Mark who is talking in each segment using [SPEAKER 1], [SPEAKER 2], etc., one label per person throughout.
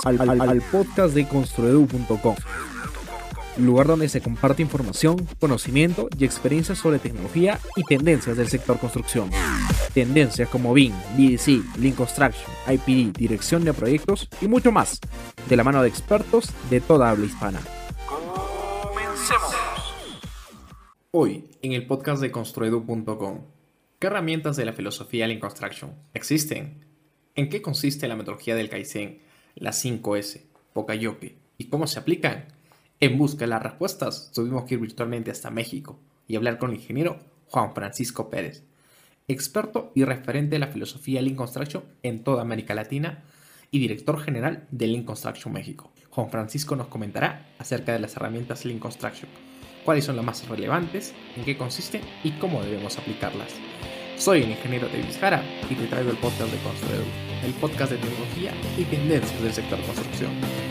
[SPEAKER 1] al podcast de construedu.com, lugar donde se comparte información, conocimiento y experiencias sobre tecnología y tendencias del sector construcción. Tendencias como BIM, BDC, Lean Construction, IPD, dirección de proyectos y mucho más, de la mano de expertos de toda habla hispana. ¡Comencemos! Hoy, en el podcast de construedu.com, ¿qué herramientas de la filosofía Lean Construction existen? ¿En qué consiste la metodología del Kaizen, las 5S, Pokayoke y cómo se aplican? En busca de las respuestas, tuvimos que ir virtualmente hasta México y hablar con el ingeniero Juan Francisco Pérez, experto y referente de la filosofía Lean Construction en toda América Latina y director general de Lean Construction México. Juan Francisco nos comentará acerca de las herramientas Lean Construction, cuáles son las más relevantes, en qué consisten y cómo debemos aplicarlas. Soy el ingeniero David Jara y te traigo el podcast de Construedu, el podcast de tecnología y tendencias del sector construcción.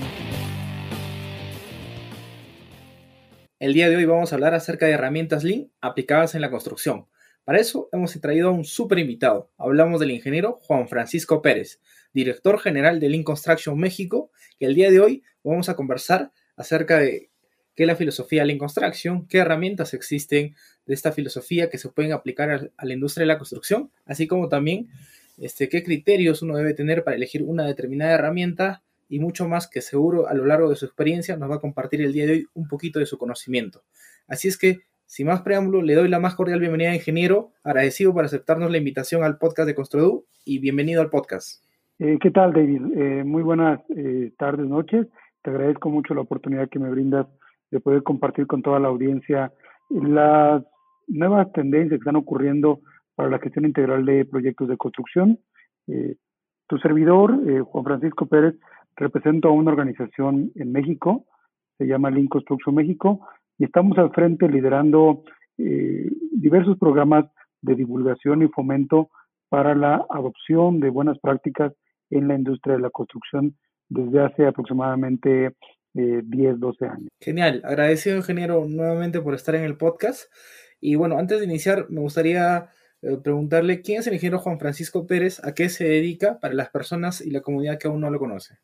[SPEAKER 1] El día de hoy vamos a hablar acerca de herramientas Lean aplicadas en la construcción. Para eso hemos traído a un súper invitado. Hablamos del ingeniero Juan Francisco Pérez, director general de Lean Construction México, que el día de hoy vamos a conversar acerca de qué es la filosofía Lean Construction, qué herramientas existen de esta filosofía que se pueden aplicar a la industria de la construcción, así como también qué criterios uno debe tener para elegir una determinada herramienta y mucho más que seguro a lo largo de su experiencia nos va a compartir el día de hoy un poquito de su conocimiento. Así es que, sin más preámbulo, le doy la más cordial bienvenida, ingeniero, agradecido por aceptarnos la invitación al podcast de Construedu y bienvenido al podcast.
[SPEAKER 2] ¿Qué tal, David? Muy buenas tardes, noches. Te agradezco mucho la oportunidad que me brindas de poder compartir con toda la audiencia las nuevas tendencias que están ocurriendo para la gestión integral de proyectos de construcción. Tu servidor, Juan Francisco Pérez, represento a una organización en México, se llama Lean Construction México, y estamos al frente liderando diversos programas de divulgación y fomento para la adopción de buenas prácticas en la industria de la construcción desde hace aproximadamente 10, 12 años.
[SPEAKER 1] Genial, agradecido, ingeniero, nuevamente por estar en el podcast. Y bueno, antes de iniciar, me gustaría preguntarle quién es el ingeniero Juan Francisco Pérez, a qué se dedica para las personas y la comunidad que aún no lo conoce.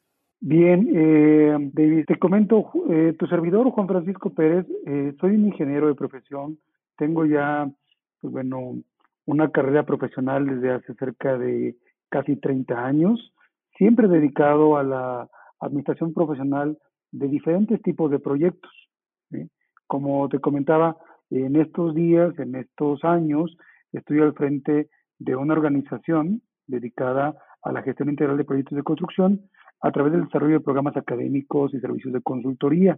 [SPEAKER 2] Bien, David, te comento, tu servidor Juan Francisco Pérez, soy un ingeniero de profesión, tengo ya, pues bueno, una carrera profesional desde hace cerca de casi 30 años, siempre dedicado a la administración profesional de diferentes tipos de proyectos, ¿sí? Como te comentaba, en estos días, en estos años, estoy al frente de una organización dedicada a la gestión integral de proyectos de construcción a través del desarrollo de programas académicos y servicios de consultoría,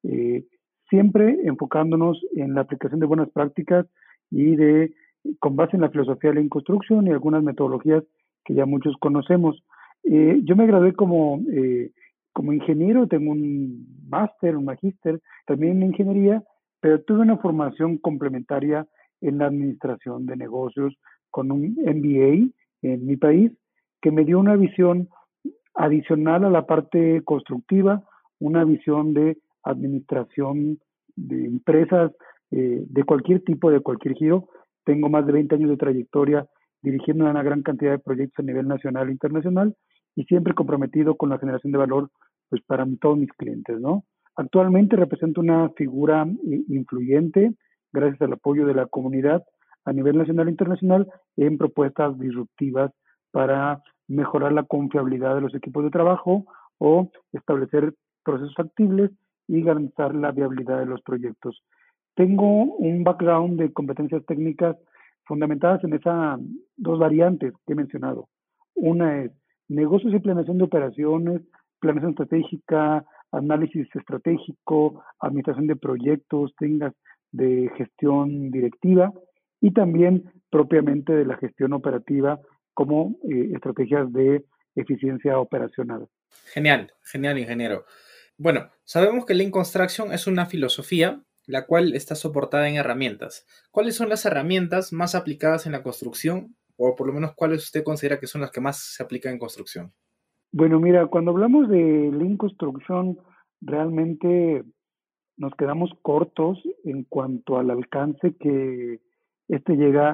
[SPEAKER 2] siempre enfocándonos en la aplicación de buenas prácticas y con base en la filosofía de Lean Construction y algunas metodologías que ya muchos conocemos. Yo me gradué como ingeniero, tengo un máster, un magíster, también en ingeniería, pero tuve una formación complementaria en la administración de negocios con un MBA en mi país, que me dio una visión adicional a la parte constructiva, una visión de administración de empresas de cualquier tipo, de cualquier giro. Tengo más de 20 años de trayectoria dirigiendo una gran cantidad de proyectos a nivel nacional e internacional y siempre comprometido con la generación de valor pues para todos mis clientes, ¿no? Actualmente represento una figura influyente gracias al apoyo de la comunidad a nivel nacional e internacional en propuestas disruptivas para mejorar la confiabilidad de los equipos de trabajo o establecer procesos factibles y garantizar la viabilidad de los proyectos. Tengo un background de competencias técnicas fundamentadas en esas dos variantes que he mencionado. Una es negocios y planeación de operaciones, planeación estratégica, análisis estratégico, administración de proyectos, técnicas de gestión directiva y también propiamente de la gestión operativa como estrategias de eficiencia operacional.
[SPEAKER 1] Genial, genial, ingeniero. Bueno, sabemos que Lean Construction es una filosofía la cual está soportada en herramientas. ¿Cuáles son las herramientas más aplicadas en la construcción? O por lo menos, ¿cuáles usted considera que son las que más se aplican en construcción?
[SPEAKER 2] Bueno, mira, cuando hablamos de Lean Construction, realmente nos quedamos cortos en cuanto al alcance que llega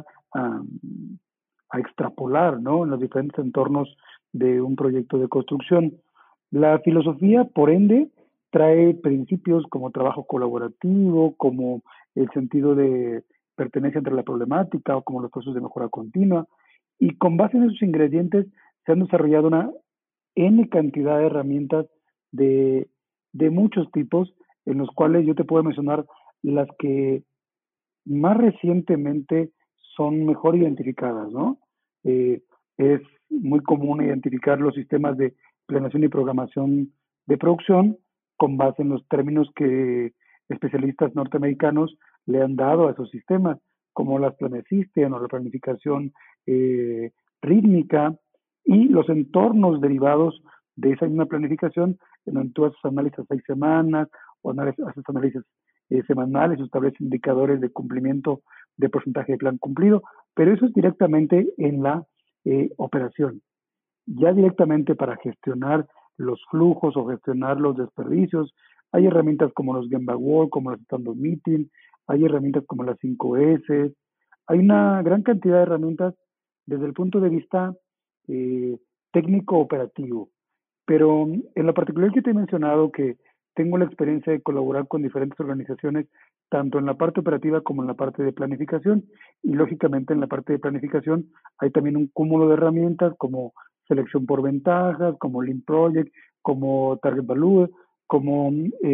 [SPEAKER 2] a extrapolar, ¿no? En los diferentes entornos de un proyecto de construcción. La filosofía, por ende, trae principios como trabajo colaborativo, como el sentido de pertenencia entre la problemática o como los procesos de mejora continua. Y con base en esos ingredientes se han desarrollado una N cantidad de herramientas de, de muchos tipos, en los cuales yo te puedo mencionar las que más recientemente son mejor identificadas, ¿no? Eh, es muy común identificar los sistemas de planeación y programación de producción con base en los términos que especialistas norteamericanos le han dado a esos sistemas, como las Planet System o la planificación eh, rítmica y los entornos derivados de esa misma planificación, en donde tú haces análisis a 6 semanas o haces análisis semanales, establece indicadores de cumplimiento de porcentaje de plan cumplido, pero eso es directamente en la operación. Ya directamente para gestionar los flujos o gestionar los desperdicios, hay herramientas como los Gemba World, como los Stand-up Meeting, hay herramientas como las 5S, hay una gran cantidad de herramientas desde el punto de vista técnico operativo. Pero en lo particular que te he mencionado que tengo la experiencia de colaborar con diferentes organizaciones, tanto en la parte operativa como en la parte de planificación. Y lógicamente en la parte de planificación hay también un cúmulo de herramientas como selección por ventajas, como Lean Project, como Target Value, como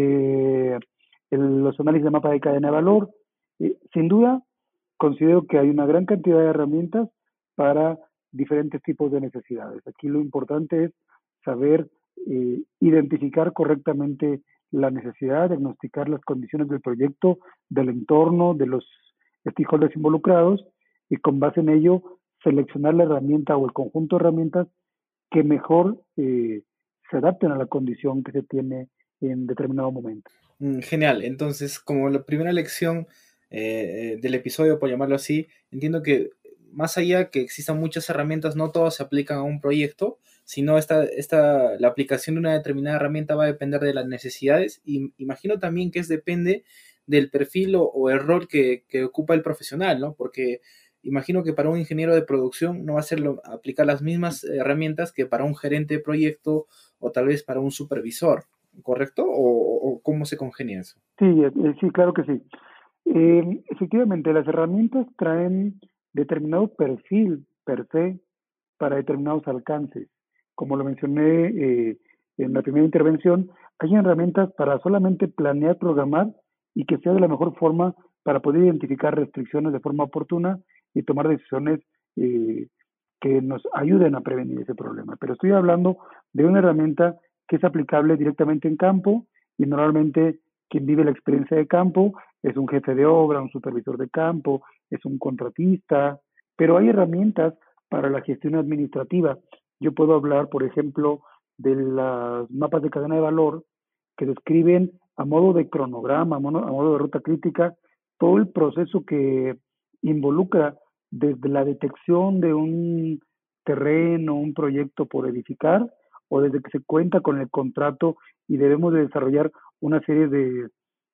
[SPEAKER 2] los análisis de mapa de cadena de valor. Sin duda, considero que hay una gran cantidad de herramientas para diferentes tipos de necesidades. Aquí lo importante es saber identificar correctamente la necesidad, diagnosticar las condiciones del proyecto, del entorno, de los stakeholders involucrados y con base en ello seleccionar la herramienta o el conjunto de herramientas que mejor se adapten a la condición que se tiene en determinado momento.
[SPEAKER 1] Genial, entonces como la primera lección del episodio, por llamarlo así, entiendo que más allá que existan muchas herramientas, no todas se aplican a un proyecto, sino la aplicación de una determinada herramienta va a depender de las necesidades y imagino también que depende del perfil o el rol que ocupa el profesional, ¿no? Porque imagino que para un ingeniero de producción no va a ser aplicar las mismas herramientas que para un gerente de proyecto o tal vez para un supervisor. ¿Correcto? ¿O cómo se congenia eso?
[SPEAKER 2] Sí, sí, claro que sí. Efectivamente, las herramientas traen determinado perfil per se para determinados alcances. Como lo mencioné en la primera intervención, hay herramientas para solamente planear, programar y que sea de la mejor forma para poder identificar restricciones de forma oportuna y tomar decisiones eh, que nos ayuden a prevenir ese problema. Pero estoy hablando de una herramienta que es aplicable directamente en campo y normalmente quien vive la experiencia de campo es un jefe de obra, un supervisor de campo, es un contratista, pero hay herramientas para la gestión administrativa. Yo puedo hablar, por ejemplo, de los mapas de cadena de valor que describen a modo de cronograma, a modo de ruta crítica, todo el proceso que involucra desde la detección de un terreno, un proyecto por edificar, o desde que se cuenta con el contrato y debemos de desarrollar una serie de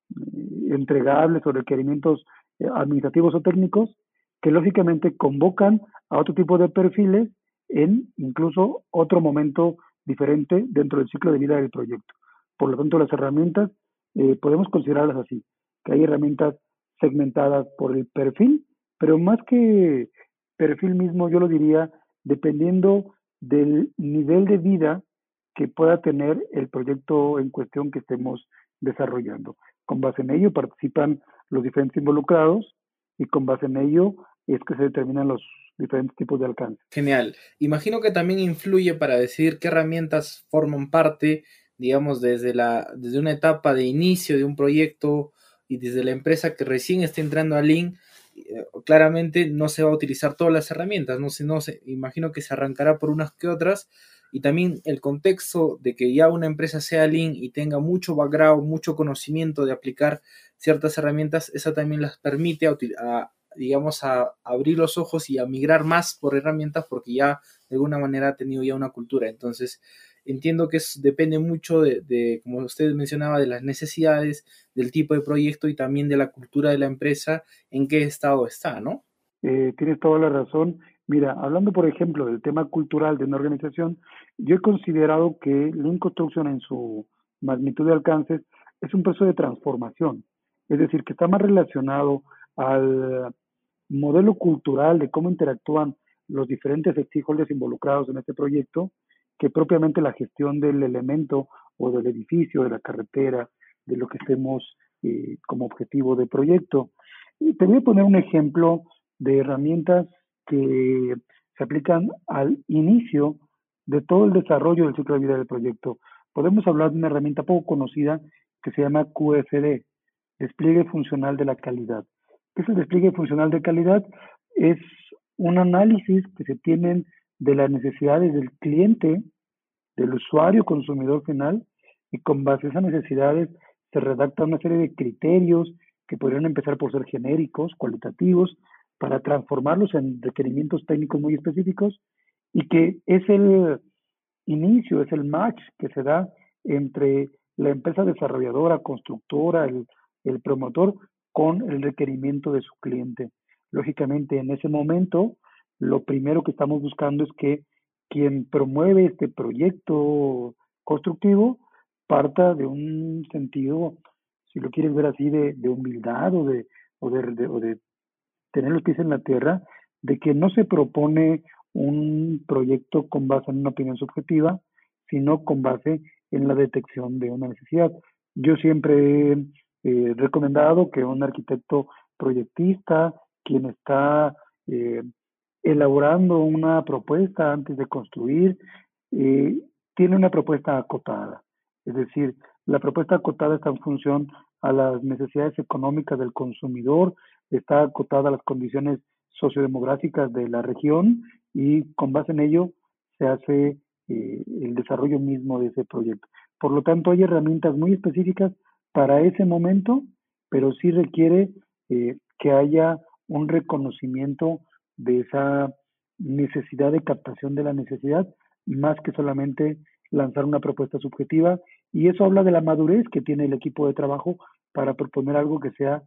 [SPEAKER 2] entregables o requerimientos administrativos o técnicos que lógicamente convocan a otro tipo de perfiles en incluso otro momento diferente dentro del ciclo de vida del proyecto. Por lo tanto, las herramientas podemos considerarlas así, que hay herramientas segmentadas por el perfil, pero más que perfil mismo, yo lo diría dependiendo del nivel de vida que pueda tener el proyecto en cuestión que estemos desarrollando. Con base en ello participan los diferentes involucrados y con base en ello es que se determinan los diferentes tipos de alcance.
[SPEAKER 1] Genial. Imagino que también influye para decidir qué herramientas forman parte, digamos, desde una etapa de inicio de un proyecto y desde la empresa que recién está entrando a Lean, claramente no se va a utilizar todas las herramientas, no sé, imagino que se arrancará por unas que otras y también el contexto de que ya una empresa sea Lean y tenga mucho background, mucho conocimiento de aplicar ciertas herramientas, eso también las permite digamos, a abrir los ojos y a migrar más por herramientas porque ya de alguna manera ha tenido ya una cultura. Entonces, entiendo que depende mucho como usted mencionaba, de las necesidades, del tipo de proyecto y también de la cultura de la empresa, en qué estado está, ¿no?
[SPEAKER 2] Tienes toda la razón Mira, hablando por ejemplo del tema cultural de una organización, yo he considerado que Lean Construction en su magnitud de alcances es un proceso de transformación, es decir, que está más relacionado al modelo cultural de cómo interactúan los diferentes stakeholders involucrados en este proyecto, que propiamente la gestión del elemento o del edificio, de la carretera, de lo que estemos como objetivo de proyecto. Y te voy a poner un ejemplo de herramientas que se aplican al inicio de todo el desarrollo del ciclo de vida del proyecto. Podemos hablar de una herramienta poco conocida que se llama QFD, Despliegue Funcional de la Calidad. ¿Qué es el despliegue funcional de calidad? Es un análisis que se tienen de las necesidades del cliente, del usuario consumidor final, y con base a esas necesidades se redacta una serie de criterios que podrían empezar por ser genéricos, cualitativos, para transformarlos en requerimientos técnicos muy específicos y que es el inicio, es el match que se da entre la empresa desarrolladora, constructora, el promotor con el requerimiento de su cliente. Lógicamente, en ese momento, lo primero que estamos buscando es que quien promueve este proyecto constructivo parta de un sentido, si lo quieres ver así, de humildad o de tener los pies en la tierra, de que no se propone un proyecto con base en una opinión subjetiva, sino con base en la detección de una necesidad. Yo siempre he recomendado que un arquitecto proyectista, quien está eh, elaborando una propuesta antes de construir, eh, tiene una propuesta acotada. Es decir, la propuesta acotada está en función a las necesidades económicas del consumidor, está acotada a las condiciones sociodemográficas de la región y con base en ello se hace el desarrollo mismo de ese proyecto. Por lo tanto, hay herramientas muy específicas para ese momento, pero sí requiere que haya un reconocimiento de esa necesidad de captación de la necesidad, más que solamente lanzar una propuesta subjetiva. Y eso habla de la madurez que tiene el equipo de trabajo para proponer algo que sea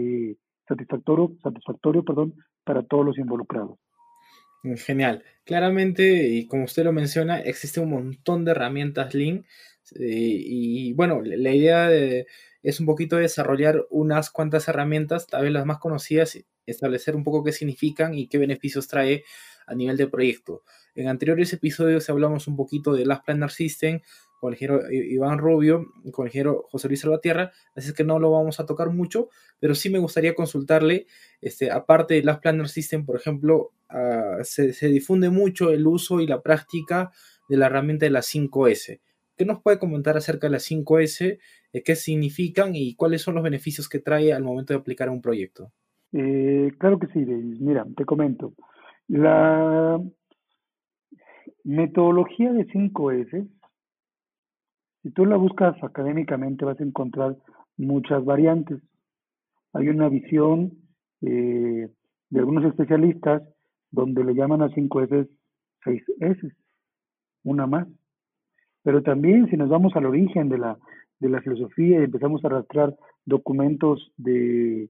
[SPEAKER 2] satisfactorio, perdón, para todos los involucrados.
[SPEAKER 1] Genial. Claramente, y como usted lo menciona, existe un montón de herramientas Lean. Y bueno, la idea es un poquito desarrollar unas cuantas herramientas, tal vez las más conocidas, establecer un poco qué significan y qué beneficios trae a nivel de proyecto. En anteriores episodios hablamos un poquito de Last Planner System con el ingeniero Iván Rubio, con el ingeniero José Luis Salvatierra, así es que no lo vamos a tocar mucho, pero sí me gustaría consultarle, aparte de Last Planner System, por ejemplo, se difunde mucho el uso y la práctica de la herramienta de las 5S. ¿Qué nos puede comentar acerca de las 5S, qué significan y cuáles son los beneficios que trae al momento de aplicar a un proyecto?
[SPEAKER 2] Claro que sí, Davis. Mira, te comento. La metodología de 5S, si tú la buscas académicamente, vas a encontrar muchas variantes. Hay una visión de algunos especialistas donde le llaman a 5S 6S, una más. Pero también si nos vamos al origen de la filosofía y empezamos a arrastrar documentos de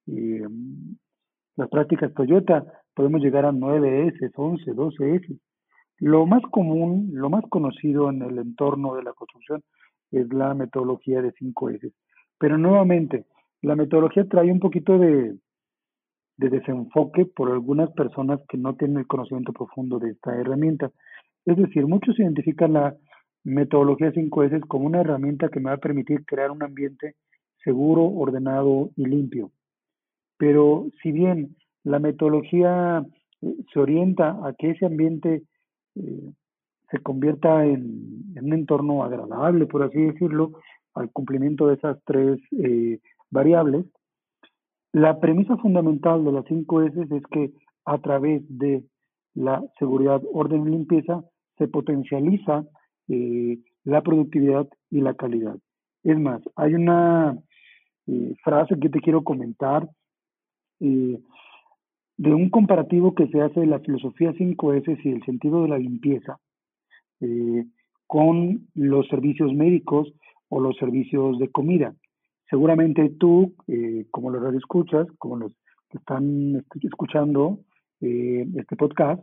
[SPEAKER 2] las prácticas Toyota, podemos llegar a 9S, 11, 12S. Lo más común, lo más conocido en el entorno de la construcción es la metodología de 5S. Pero nuevamente, la metodología trae un poquito de desenfoque por algunas personas que no tienen el conocimiento profundo de esta herramienta. Es decir, muchos identifican la metodología 5S como una herramienta que me va a permitir crear un ambiente seguro, ordenado y limpio. Pero si bien la metodología se orienta a que ese ambiente eh, se convierta en un entorno agradable, por así decirlo, al cumplimiento de esas tres variables, la premisa fundamental de las 5S es que a través de la seguridad, orden y limpieza se potencializa la productividad y la calidad. Es más, hay una frase que te quiero comentar eh, de un comparativo que se hace de la filosofía 5S y el sentido de la limpieza eh, con los servicios médicos o los servicios de comida. Seguramente tú, como los radioescuchas, como los que están escuchando, este podcast,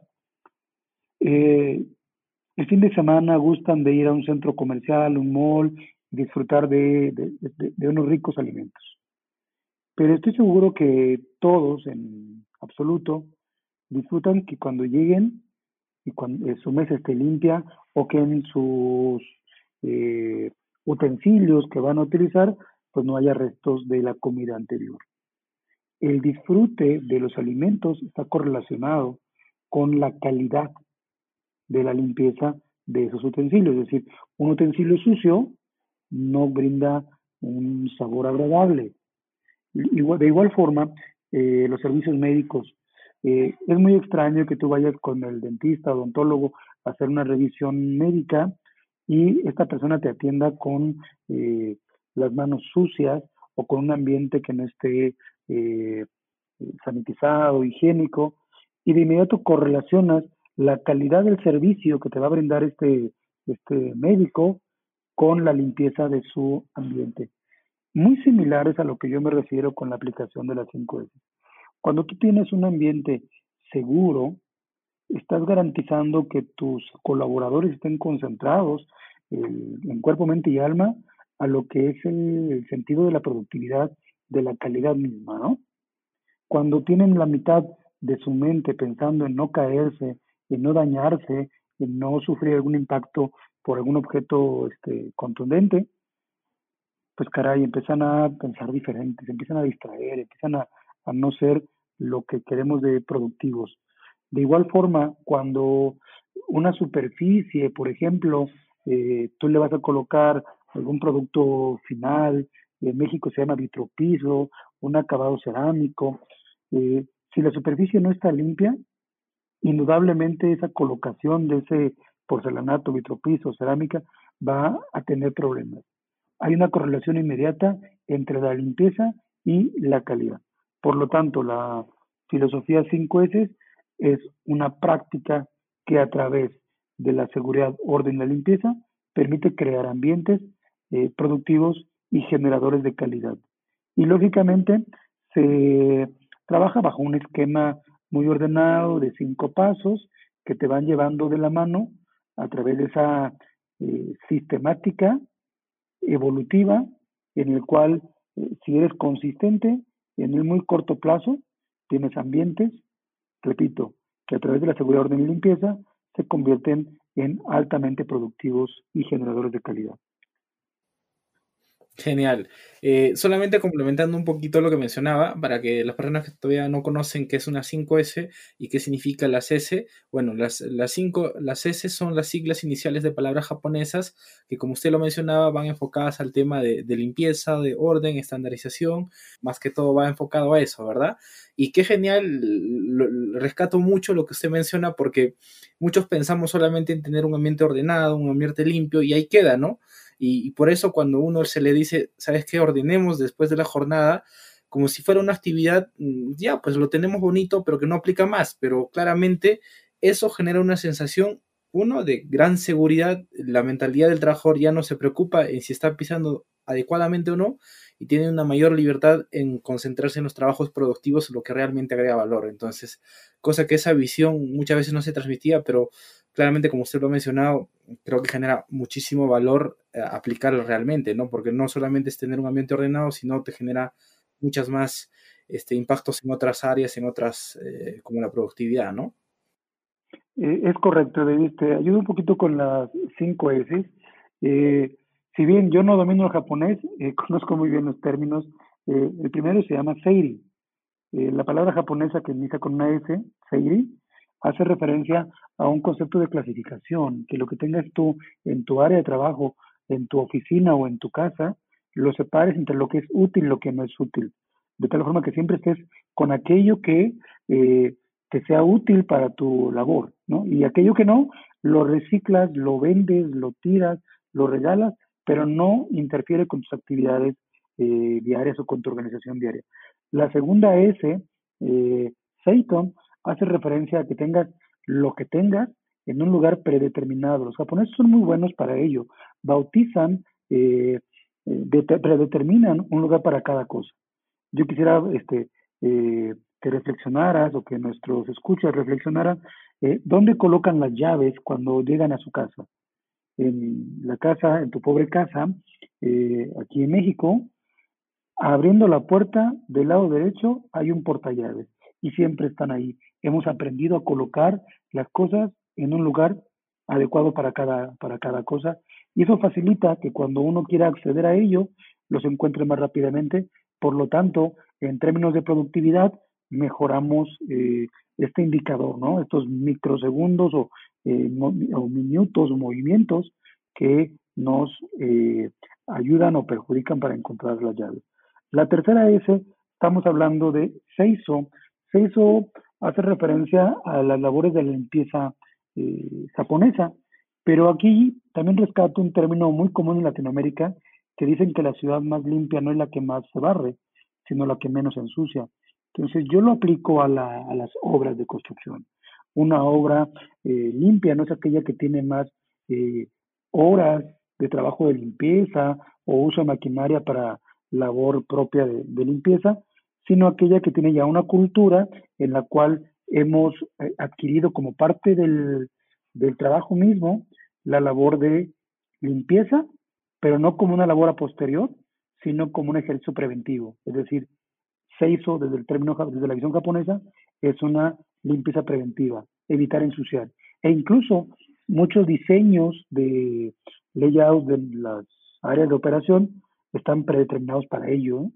[SPEAKER 2] eh, el fin de semana gustan de ir a un centro comercial, un mall, y disfrutar de unos ricos alimentos. Pero estoy seguro que todos, en absoluto, disfrutan que cuando lleguen y cuando su mesa esté limpia o que en sus eh, utensilios que van a utilizar, pues no haya restos de la comida anterior. El disfrute de los alimentos está correlacionado con la calidad de la limpieza de esos utensilios. Es decir, un utensilio sucio no brinda un sabor agradable. De igual forma, los servicios médicos. Es muy extraño que tú vayas con el dentista, odontólogo, a hacer una revisión médica y esta persona te atienda con las manos sucias o con un ambiente que no esté sanitizado, higiénico, y de inmediato correlacionas la calidad del servicio que te va a brindar este médico con la limpieza de su ambiente. Muy similares a lo que yo me refiero con la aplicación de las 5S. Cuando tú tienes un ambiente seguro, estás garantizando que tus colaboradores estén concentrados en cuerpo, mente y alma a lo que es el sentido de la productividad, de la calidad misma, ¿no? Cuando tienen la mitad de su mente pensando en no caerse, en no dañarse, en no sufrir algún impacto por algún objeto contundente, pues caray, empiezan a pensar diferente, se empiezan a distraer, empiezan a no ser lo que queremos de productivos. De igual forma, cuando una superficie, por ejemplo, tú le vas a colocar algún producto final, en México se llama vitropiso, un acabado cerámico, si la superficie no está limpia, indudablemente esa colocación de ese porcelanato, vitropiso, cerámica, va a tener problemas. Hay una correlación inmediata entre la limpieza y la calidad. Por lo tanto, la filosofía 5S es una práctica que a través de la seguridad, orden y la limpieza permite crear ambientes productivos y generadores de calidad. Y lógicamente se trabaja bajo un esquema muy ordenado de 5 pasos que te van llevando de la mano a través de esa sistemática evolutiva en el cual si eres consistente en el muy corto plazo tienes ambientes, repito, que a través de la seguridad, orden y limpieza se convierten en altamente productivos y generadores de calidad.
[SPEAKER 1] Genial. Solamente complementando un poquito lo que mencionaba, para que las personas que todavía no conocen qué es una 5S y qué significa las S, bueno, las S son las siglas iniciales de palabras japonesas que, como usted lo mencionaba, van enfocadas al tema de limpieza, de orden, estandarización, más que todo va enfocado a eso, ¿verdad? Y qué genial, rescato mucho lo que usted menciona porque muchos pensamos solamente en tener un ambiente ordenado, un ambiente limpio y ahí queda, ¿no? Y por eso cuando uno se le dice, ¿sabes qué? Ordenemos después de la jornada, como si fuera una actividad, ya, pues lo tenemos bonito, pero que no aplica más. Pero claramente eso genera una sensación, uno, de gran seguridad. La mentalidad del trabajador ya no se preocupa en si está pisando adecuadamente o no, y tiene una mayor libertad en concentrarse en los trabajos productivos, lo que realmente agrega valor. Entonces, cosa que esa visión muchas veces no se transmitía, pero claramente, como usted lo ha mencionado, creo que genera muchísimo valor aplicarlo realmente, ¿no? Porque no solamente es tener un ambiente ordenado, sino te genera muchas más impactos en otras áreas, en otras, como la productividad, ¿no?
[SPEAKER 2] Es correcto, David. Te ayudo un poquito con las 5S. Si bien yo no domino el japonés, conozco muy bien los términos. El primero se llama Seiri. La palabra japonesa que inicia con una S, Seiri, hace referencia a un concepto de clasificación, que lo que tengas tú en tu área de trabajo, en tu oficina o en tu casa, lo separes entre lo que es útil y lo que no es útil. De tal forma que siempre estés con aquello eh, que sea útil para tu labor, ¿no? Y aquello que no, lo reciclas, lo vendes, lo tiras, lo regalas, pero no interfiere con tus actividades diarias o con tu organización diaria. La segunda S, Seiton, hace referencia a que tengas lo que tengas en un lugar predeterminado. Los japoneses son muy buenos para ello. Bautizan, predeterminan un lugar para cada cosa. Yo quisiera que reflexionaras o que nuestros escuchas reflexionaran dónde colocan las llaves cuando llegan a su casa. En la casa, en tu pobre casa, aquí en México, abriendo la puerta del lado derecho hay un portallaves y siempre están ahí. Hemos aprendido a colocar las cosas en un lugar adecuado para cada cosa y eso facilita que cuando uno quiera acceder a ello, los encuentre más rápidamente. Por lo tanto, en términos de productividad, mejoramos este indicador, ¿no? Estos microsegundos o minutos o movimientos que nos ayudan o perjudican para encontrar las llaves. La tercera S, estamos hablando de Seiso. Seiso hace referencia a las labores de la limpieza japonesa, pero aquí también rescato un término muy común en Latinoamérica que dicen que la ciudad más limpia no es la que más se barre, sino la que menos ensucia. Entonces yo lo aplico a las obras de construcción. Una obra limpia no es aquella que tiene más horas de trabajo de limpieza o uso de maquinaria para labor propia de limpieza, sino aquella que tiene ya una cultura en la cual hemos adquirido como parte del trabajo mismo la labor de limpieza, pero no como una labor a posterior, sino como un ejercicio preventivo. Es decir, Seiso, desde el término, desde la visión japonesa, es una limpieza preventiva, evitar ensuciar. E incluso muchos diseños de layout de las áreas de operación están predeterminados para ello.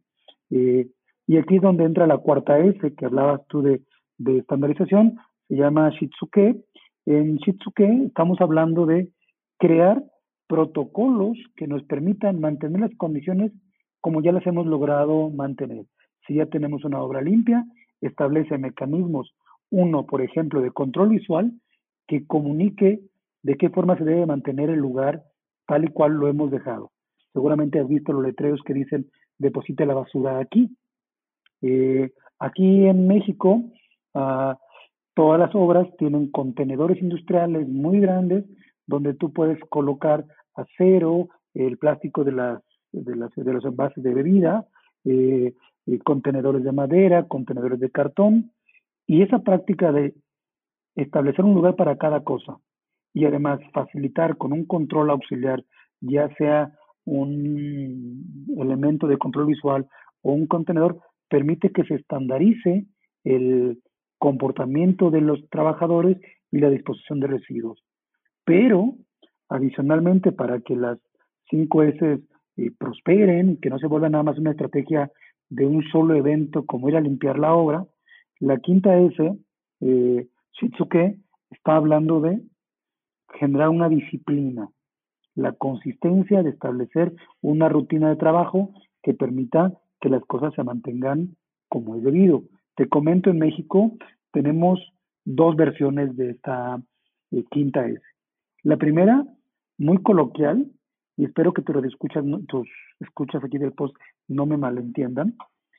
[SPEAKER 2] Y aquí es donde entra la cuarta S, que hablabas tú de estandarización, se llama Shitsuke. En Shitsuke estamos hablando de crear protocolos que nos permitan mantener las condiciones como ya las hemos logrado mantener. Si ya tenemos una obra limpia, establece mecanismos, uno, por ejemplo, de control visual, que comunique de qué forma se debe mantener el lugar tal y cual lo hemos dejado. Seguramente has visto los letreros que dicen deposite la basura aquí. Aquí en México, todas las obras tienen contenedores industriales muy grandes donde tú puedes colocar acero, el plástico de los envases de bebida, contenedores de madera, contenedores de cartón, y esa práctica de establecer un lugar para cada cosa y además facilitar con un control auxiliar, ya sea un elemento de control visual o un contenedor, permite que se estandarice el comportamiento de los trabajadores y la disposición de residuos. Pero, adicionalmente, para que las 5 S prosperen, que no se vuelva nada más una estrategia de un solo evento como ir a limpiar la obra, la quinta S, Shitsuke, está hablando de generar una disciplina, la consistencia de establecer una rutina de trabajo que permita que las cosas se mantengan como es debido. Te comento, en México tenemos dos versiones de esta quinta S. La primera, muy coloquial, y espero que tus escuchas aquí del post no me malentiendan.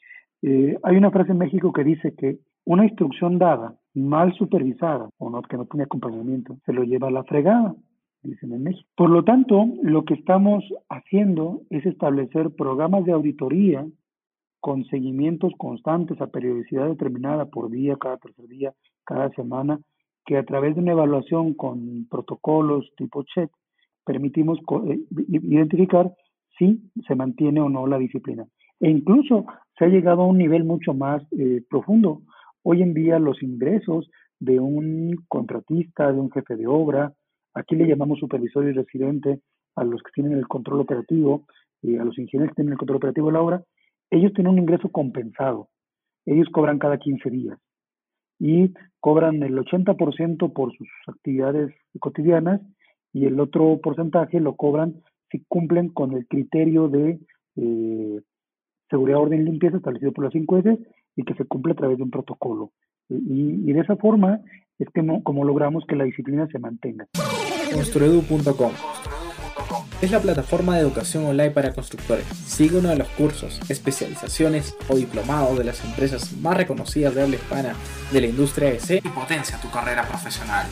[SPEAKER 2] Hay una frase en México que dice que una instrucción dada, mal supervisada, o no, que no tiene acompañamiento, se lo lleva a la fregada, dicen en México. Por lo tanto, lo que estamos haciendo es establecer programas de auditoría con seguimientos constantes a periodicidad determinada por día, cada tercer día, cada semana, que a través de una evaluación con protocolos tipo check, permitimos identificar si se mantiene o no la disciplina. E incluso se ha llegado a un nivel mucho más profundo. Hoy en día los ingresos de un contratista, de un jefe de obra, aquí le llamamos supervisor y residente a los que tienen el control operativo, a los ingenieros que tienen el control operativo de la obra, ellos tienen un ingreso compensado. Ellos cobran cada 15 días y cobran el 80% por sus actividades cotidianas y el otro porcentaje lo cobran si cumplen con el criterio de seguridad, orden y limpieza establecido por las 5 S y que se cumple a través de un protocolo. Y de esa forma es que como logramos que la disciplina se mantenga.
[SPEAKER 1] Construedu.com es la plataforma de educación online para constructores. Sigue uno de los cursos, especializaciones o diplomados de las empresas más reconocidas de habla hispana de la industria EC y potencia tu carrera profesional.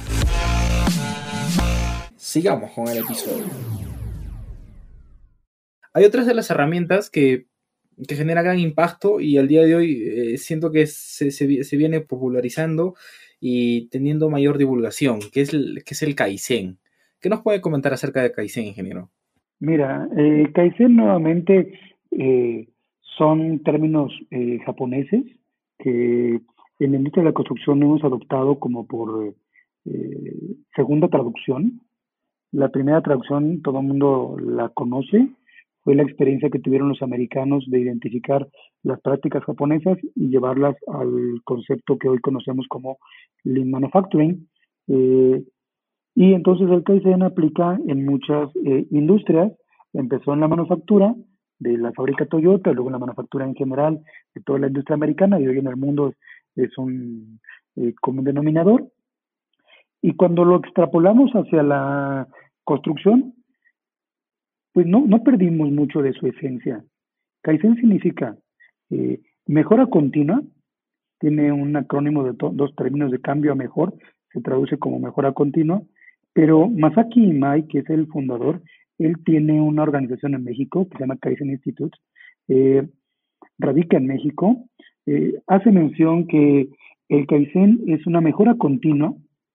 [SPEAKER 1] Sigamos con el episodio. Hay otras de las herramientas que que genera gran impacto y al día de hoy siento que se viene popularizando y teniendo mayor divulgación, que es el Kaizen. ¿Qué nos puede comentar acerca de Kaizen, ingeniero?
[SPEAKER 2] Mira, Kaizen nuevamente eh, son términos japoneses que en la industria de la construcción hemos adoptado como por segunda traducción. La primera traducción todo el mundo la conoce, fue la experiencia que tuvieron los americanos de identificar las prácticas japonesas y llevarlas al concepto que hoy conocemos como Lean Manufacturing. Eh, y entonces el Kaizen aplica en muchas industrias. Empezó en la manufactura de la fábrica Toyota, luego en la manufactura en general de toda la industria americana y hoy en el mundo es un común denominador. Y cuando lo extrapolamos hacia la construcción, pues no perdimos mucho de su esencia. Kaizen significa mejora continua, tiene un acrónimo de dos términos de cambio a mejor, se traduce como mejora continua, pero Masaki Imai, que es el fundador, él tiene una organización en México que se llama Kaizen Institute, eh, radica en México, hace mención que el Kaizen es una mejora continua,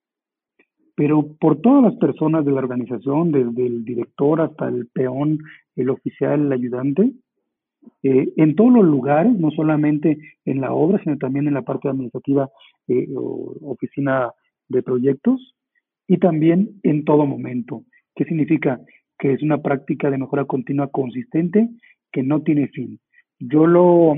[SPEAKER 2] pero por todas las personas de la organización, desde el director hasta el peón, el oficial, el ayudante, en todos los lugares, no solamente en la obra, sino también en la parte administrativa o oficina de proyectos y también en todo momento. ¿Qué significa? Que es una práctica de mejora continua consistente que no tiene fin. Yo lo,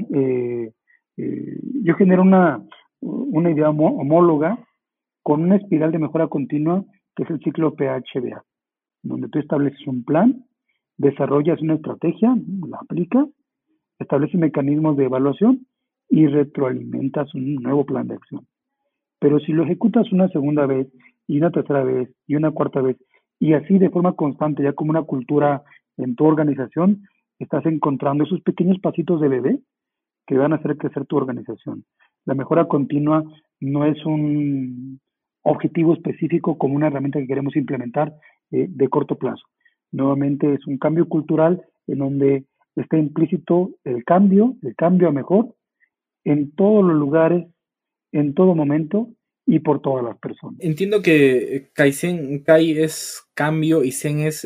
[SPEAKER 2] yo genero una idea homóloga con una espiral de mejora continua que es el ciclo PHBA, donde tú estableces un plan, desarrollas una estrategia, la aplicas, estableces mecanismos de evaluación y retroalimentas un nuevo plan de acción. Pero si lo ejecutas una segunda vez y una tercera vez y una cuarta vez y así de forma constante, ya como una cultura en tu organización, estás encontrando esos pequeños pasitos de bebé que van a hacer crecer tu organización. La mejora continua no es un objetivo específico como una herramienta que queremos implementar de corto plazo. Nuevamente es un cambio cultural en donde está implícito el cambio a mejor en todos los lugares, en todo momento y por todas las personas.
[SPEAKER 1] Entiendo que Kai es cambio y Zen es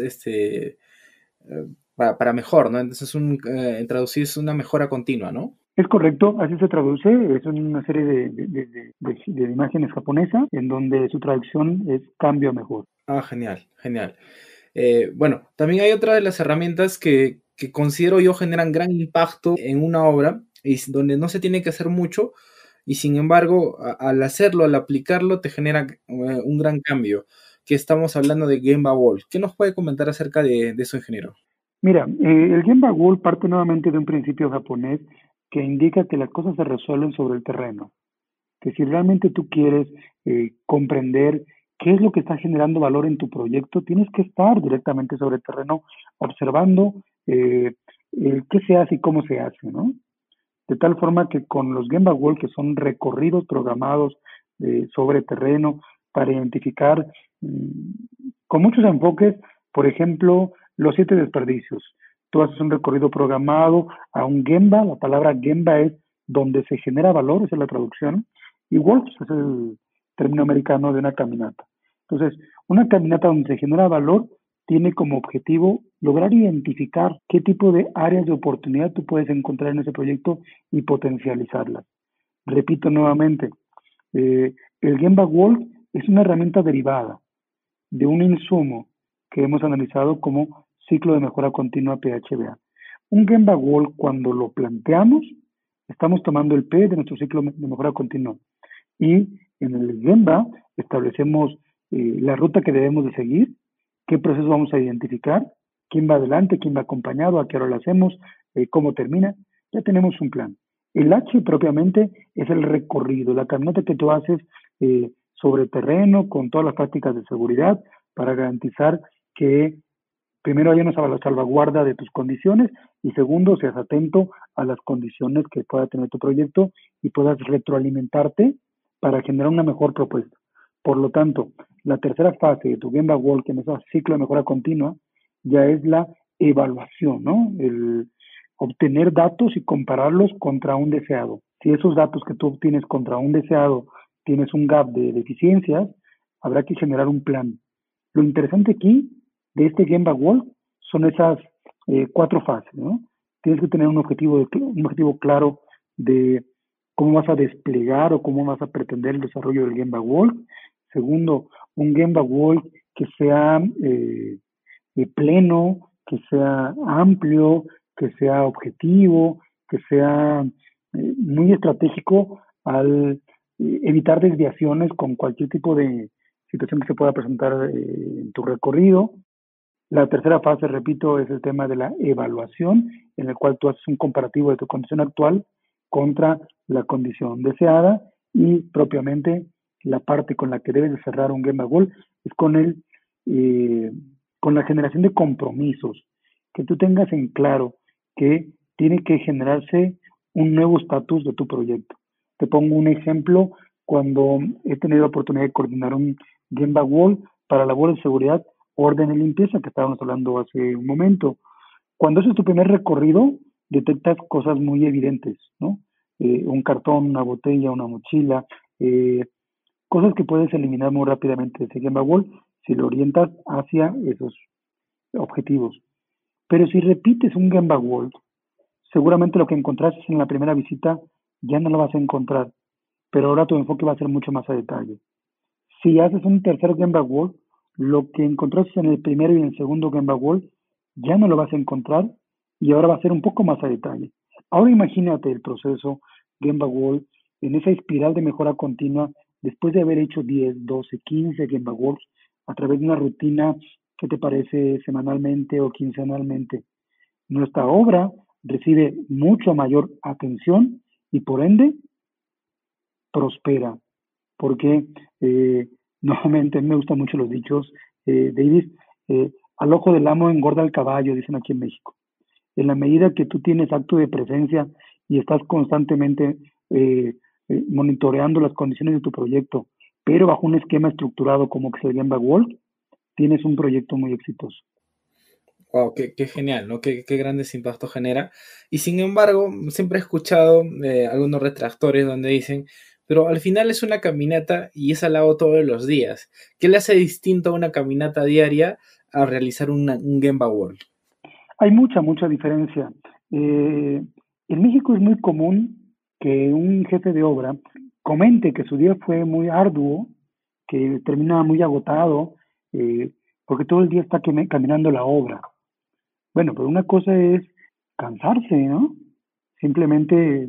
[SPEAKER 1] para mejor, ¿no? Entonces, en traducir es una mejora continua, ¿no?
[SPEAKER 2] Es correcto, así se traduce, es una serie de imágenes japonesas en donde su traducción es cambio a mejor.
[SPEAKER 1] Ah, genial, genial. Bueno, también hay otra de las herramientas que considero yo generan gran impacto en una obra y donde no se tiene que hacer mucho y sin embargo al hacerlo, al aplicarlo, te genera un gran cambio, que estamos hablando de Gemba Wall. ¿Qué nos puede comentar acerca de eso, ingeniero?
[SPEAKER 2] Mira, el Gemba Wall parte nuevamente de un principio japonés que indica que las cosas se resuelven sobre el terreno, que si realmente tú quieres comprender qué es lo que está generando valor en tu proyecto, tienes que estar directamente sobre el terreno observando qué se hace y cómo se hace, ¿no? De tal forma que con los Gemba Wall, que son recorridos programados sobre terreno para identificar con muchos enfoques, por ejemplo, los 7 desperdicios. Tú haces un recorrido programado a un Gemba, la palabra Gemba es donde se genera valor, esa es la traducción, y Walks es el término americano de una caminata. Entonces, una caminata donde se genera valor tiene como objetivo lograr identificar qué tipo de áreas de oportunidad tú puedes encontrar en ese proyecto y potencializarlas. Repito nuevamente, el Gemba Wall es una herramienta derivada de un insumo que hemos analizado como ciclo de mejora continua PHBA. Un Gemba Wall, cuando lo planteamos, estamos tomando el P de nuestro ciclo de mejora continua y en el Gemba establecemos la ruta que debemos de seguir, qué proceso vamos a identificar, quién va adelante, quién va acompañado, a qué hora lo hacemos, cómo termina. Ya tenemos un plan. El H propiamente es el recorrido, la caminata que tú haces sobre terreno con todas las prácticas de seguridad para garantizar que primero haya una salvaguarda de tus condiciones y segundo seas atento a las condiciones que pueda tener tu proyecto y puedas retroalimentarte para generar una mejor propuesta. Por lo tanto, la tercera fase de tu Gemba Walk, en ese ciclo de mejora continua, ya es la evaluación, ¿no? obtener datos y compararlos contra un deseado. Si esos datos que tú obtienes contra un deseado tienes un gap de deficiencias, habrá que generar un plan. Lo interesante aquí de este Gemba Wolf son esas 4 fases, ¿no? Tienes que tener un objetivo claro de cómo vas a desplegar o cómo vas a pretender el desarrollo del Gemba Wolf. Segundo, un Gemba Wolf que sea pleno, que sea amplio, que sea objetivo, que sea muy estratégico al evitar desviaciones con cualquier tipo de situación que se pueda presentar en tu recorrido. La tercera fase, repito, es el tema de la evaluación, en el cual tú haces un comparativo de tu condición actual contra la condición deseada, y propiamente la parte con la que debes de cerrar un Gemba Goal es con la generación de compromisos, que tú tengas en claro que tiene que generarse un nuevo estatus de tu proyecto. Te pongo un ejemplo: cuando he tenido la oportunidad de coordinar un Gemba Wall para labores de seguridad, orden y limpieza, que estábamos hablando hace un momento. Cuando ese es tu primer recorrido, detectas cosas muy evidentes, ¿no? Un cartón, una botella, una mochila, cosas que puedes eliminar muy rápidamente de ese Gemba Wall si lo orientas hacia esos objetivos. Pero si repites un Gemba Wall, seguramente lo que encontraste en la primera visita ya no lo vas a encontrar, pero ahora tu enfoque va a ser mucho más a detalle. Si haces un tercer Gemba Wall, lo que encontraste en el primero y en el segundo Gemba Wall ya no lo vas a encontrar, y ahora va a ser un poco más a detalle. Ahora imagínate el proceso Gemba Wall en esa espiral de mejora continua después de haber hecho 10, 12, 15 Gemba Walls a través de una rutina que te parece semanalmente o quincenalmente. Nuestra obra recibe mucho mayor atención y por ende prospera, porque nuevamente me gustan mucho los dichos, David, al ojo del amo engorda el caballo, dicen aquí en México. En la medida que tú tienes acto de presencia y estás constantemente monitoreando las condiciones de tu proyecto, pero bajo un esquema estructurado como que se llama Wolf, tienes un proyecto muy exitoso.
[SPEAKER 1] Wow, qué genial, ¿no? Qué grandes impactos genera. Y sin embargo, siempre he escuchado algunos retractores donde dicen, pero al final es una caminata y es al lado todos los días. ¿Qué le hace distinto a una caminata diaria a realizar un Gemba Wall?
[SPEAKER 2] Hay mucha diferencia. En México es muy común que un jefe de obra comente que su día fue muy arduo, que termina muy agotado, porque todo el día está caminando la obra. Bueno, pero una cosa es cansarse, ¿no? Simplemente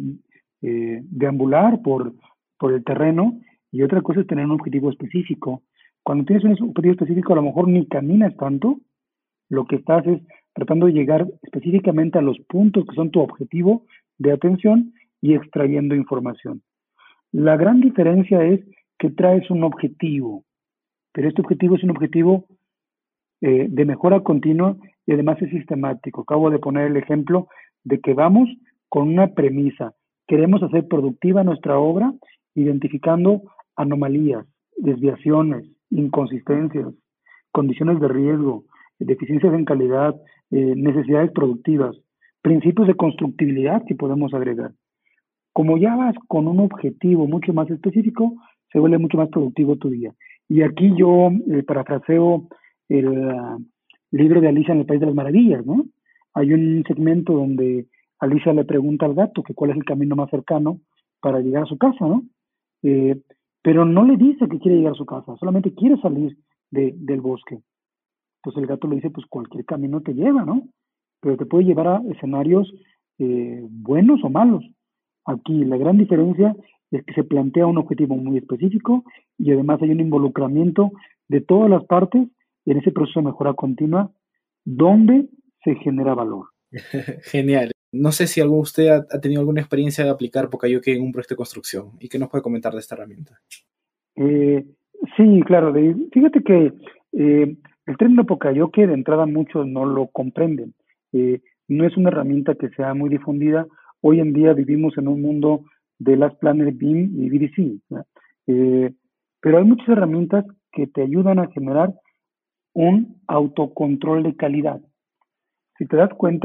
[SPEAKER 2] deambular por el terreno, y otra cosa es tener un objetivo específico. Cuando tienes un objetivo específico, a lo mejor ni caminas tanto, lo que estás es tratando de llegar específicamente a los puntos que son tu objetivo de atención y extrayendo información. La gran diferencia es que traes un objetivo, pero este objetivo es un objetivo de mejora continua y además es sistemático. Acabo de poner el ejemplo de que vamos con una premisa. Queremos hacer productiva nuestra obra identificando anomalías, desviaciones, inconsistencias, condiciones de riesgo, deficiencias en calidad, necesidades productivas, principios de constructibilidad que podemos agregar. Como ya vas con un objetivo mucho más específico, se vuelve mucho más productivo tu día. Y aquí yo parafraseo el libro de Alicia en el País de las Maravillas, ¿no? Hay un segmento donde Alicia le pregunta al gato que cuál es el camino más cercano para llegar a su casa, ¿no? Pero no le dice que quiere llegar a su casa, solamente quiere salir del bosque. Entonces el gato le dice, pues cualquier camino te lleva, ¿no? Pero te puede llevar a escenarios buenos o malos. Aquí la gran diferencia es que se plantea un objetivo muy específico y además hay un involucramiento de todas las partes en ese proceso de mejora continua donde se genera valor.
[SPEAKER 1] Genial. No sé si alguno de ustedes ha tenido alguna experiencia de aplicar Poka-Yoke en un proyecto de construcción y qué nos puede comentar de esta herramienta.
[SPEAKER 2] Sí, claro. Fíjate que el término Poka-Yoke de entrada muchos no lo comprenden. No es una herramienta que sea muy difundida. Hoy en día vivimos en un mundo de las Planner BIM y BDC, pero hay muchas herramientas que te ayudan a generar un autocontrol de calidad. Si te das cuenta,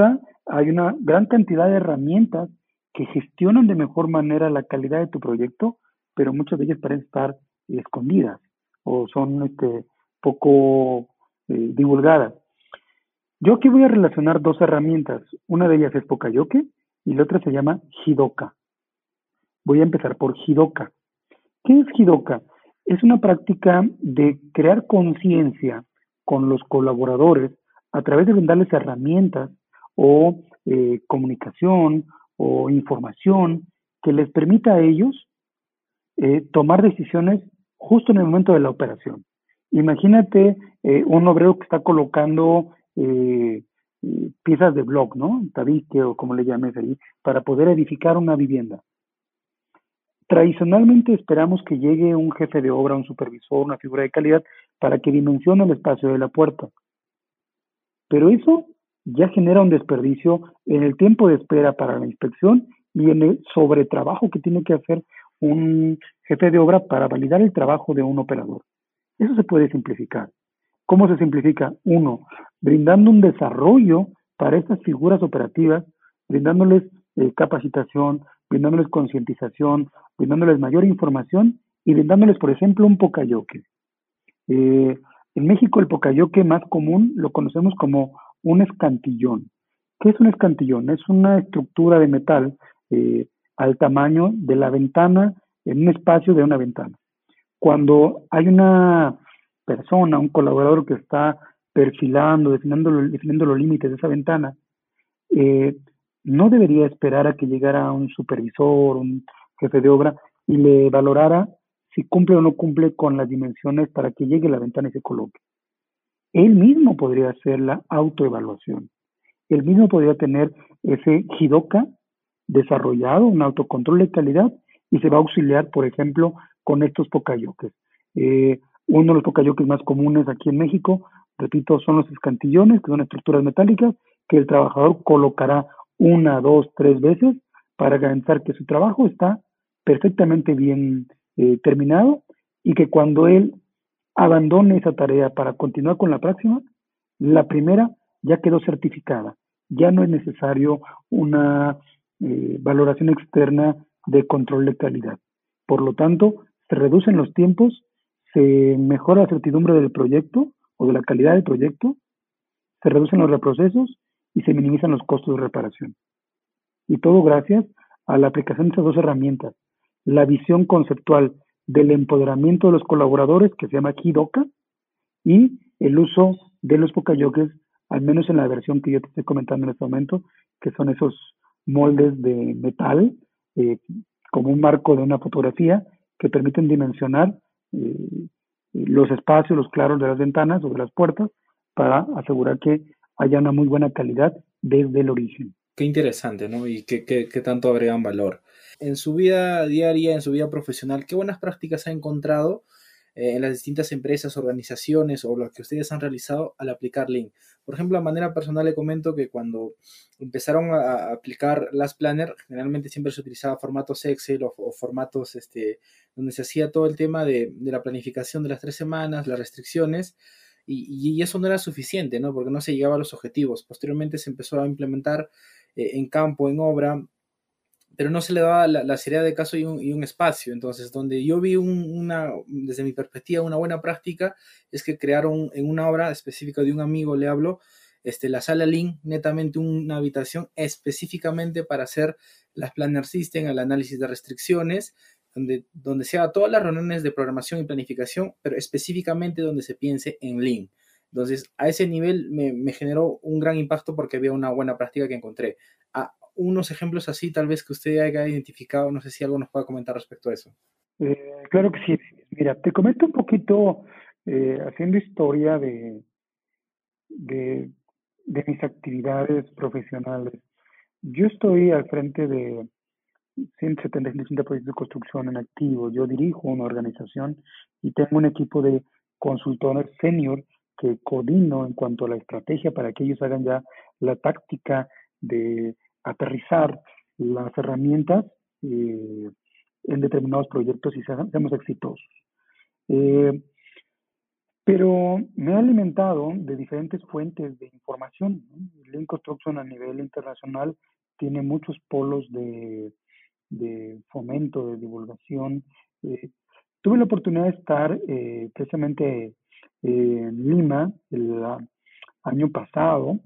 [SPEAKER 2] hay una gran cantidad de herramientas que gestionan de mejor manera la calidad de tu proyecto, pero muchas de ellas parecen estar escondidas o son poco divulgadas. Yo aquí voy a relacionar dos herramientas. Una de ellas es Pocayoke y la otra se llama Hidoka. Voy a empezar por Hidoka. ¿Qué es Hidoka? Es una práctica de crear conciencia con los colaboradores a través de brindarles herramientas o comunicación o información que les permita a ellos tomar decisiones justo en el momento de la operación. Imagínate un obrero que está colocando piezas de bloc, ¿no? Tabique o como le llames ahí, para poder edificar una vivienda. Tradicionalmente esperamos que llegue un jefe de obra, un supervisor, una figura de calidad para que dimensione el espacio de la puerta. Pero eso ya genera un desperdicio en el tiempo de espera para la inspección y en el sobretrabajo que tiene que hacer un jefe de obra para validar el trabajo de un operador. Eso se puede simplificar. ¿Cómo se simplifica? Uno, brindando un desarrollo para estas figuras operativas, brindándoles capacitación, brindándoles concientización, brindándoles mayor información y brindándoles, por ejemplo, un pocayoke. En México el pocayoke más común lo conocemos como un escantillón. ¿Qué es un escantillón? Es una estructura de metal al tamaño de la ventana, en un espacio de una ventana. Cuando hay una persona, un colaborador que está perfilando, definiendo los límites de esa ventana, no debería esperar a que llegara un supervisor, un jefe de obra y le valorara si cumple o no cumple con las dimensiones para que llegue a la ventana y se coloque. Él mismo podría hacer la autoevaluación. Él mismo podría tener ese Hidoka desarrollado, un autocontrol de calidad, y se va a auxiliar, por ejemplo, con estos pocayokes. Uno de los pocayokes más comunes aquí en México, repito, son los escantillones, que son estructuras metálicas que el trabajador colocará una, dos, tres veces para garantizar que su trabajo está perfectamente bien terminado y que cuando él abandone esa tarea para continuar con la próxima, la primera ya quedó certificada. Ya no es necesario una valoración externa de control de calidad. Por lo tanto, se reducen los tiempos, se mejora la certidumbre del proyecto o de la calidad del proyecto, se reducen los reprocesos y se minimizan los costos de reparación. Y todo gracias a la aplicación de estas dos herramientas. La visión conceptual del empoderamiento de los colaboradores, que se llama Hidoka, y el uso de los pocayokes, al menos en la versión que yo te estoy comentando en este momento, que son esos moldes de metal, como un marco de una fotografía, que permiten dimensionar los espacios, los claros de las ventanas o de las puertas, para asegurar que haya una muy buena calidad desde el origen.
[SPEAKER 1] Qué interesante, ¿no? Y qué tanto agregan valor. En su vida diaria, en su vida profesional, ¿qué buenas prácticas ha encontrado en las distintas empresas, organizaciones o las que ustedes han realizado al aplicar Lean? Por ejemplo, de manera personal le comento que cuando empezaron a aplicar Last Planner, generalmente siempre se utilizaba formatos Excel o formatos donde se hacía todo el tema de la planificación de las 3 semanas, las restricciones, y eso no era suficiente, ¿no? Porque no se llegaba a los objetivos. Posteriormente se empezó a implementar en campo, en obra, pero no se le daba la seriedad de caso y un espacio. Entonces, donde yo vi desde mi perspectiva, una buena práctica es que crearon en una obra específica de un amigo, le hablo, la sala Lean, netamente una habitación específicamente para hacer las Planner System, el análisis de restricciones, donde se haga todas las reuniones de programación y planificación, pero específicamente donde se piense en Lean. Entonces, a ese nivel me generó un gran impacto porque había una buena práctica que encontré. Unos ejemplos así, tal vez que usted haya identificado, no sé si algo nos pueda comentar respecto a eso.
[SPEAKER 2] Claro que sí. Mira, te comento un poquito, haciendo historia de mis actividades profesionales. Yo estoy al frente de 175 proyectos de construcción en activo. Yo dirijo una organización y tengo un equipo de consultores senior que coordino en cuanto a la estrategia para que ellos hagan ya la táctica de aterrizar las herramientas en determinados proyectos y seamos exitosos. Pero me he alimentado de diferentes fuentes de información, ¿no? Lean Construction a nivel internacional tiene muchos polos de fomento, de divulgación. Eh, Tuve la oportunidad de estar precisamente en Lima el año pasado.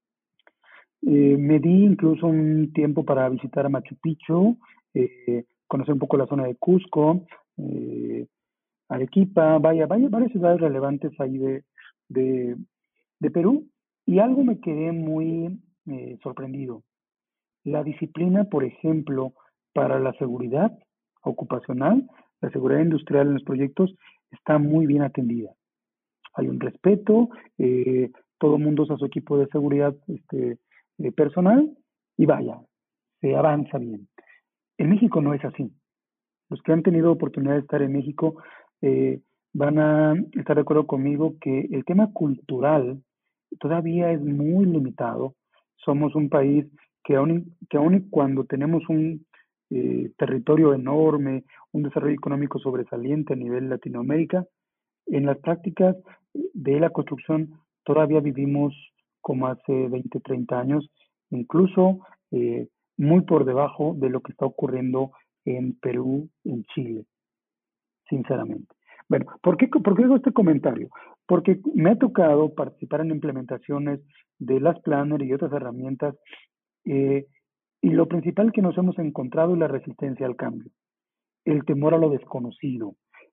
[SPEAKER 2] Me di incluso un tiempo para visitar a Machu Picchu, conocer un poco la zona de Cusco, eh, Arequipa, vaya, varias ciudades relevantes ahí de, de Perú. Y algo me quedé muy sorprendido. La disciplina, por ejemplo, para la seguridad ocupacional, la seguridad industrial en los proyectos, está muy bien atendida. Hay un respeto, todo el mundo usa su equipo de seguridad personal y vaya, se avanza bien. En México no es así. Los que han tenido oportunidad de estar en México eh, van a estar de acuerdo conmigo que el tema cultural todavía es muy limitado. Somos un país que aun y cuando tenemos un territorio enorme, un desarrollo económico sobresaliente a nivel Latinoamérica, en las prácticas de la construcción todavía vivimos como hace 20, 30 años, incluso muy por debajo de lo que está ocurriendo en Perú, en Chile, sinceramente. Bueno, ¿por qué hago este comentario? Porque me ha tocado participar en implementaciones de las Planner y otras herramientas, eh, y lo principal que nos hemos encontrado es la resistencia al cambio, el temor a lo desconocido,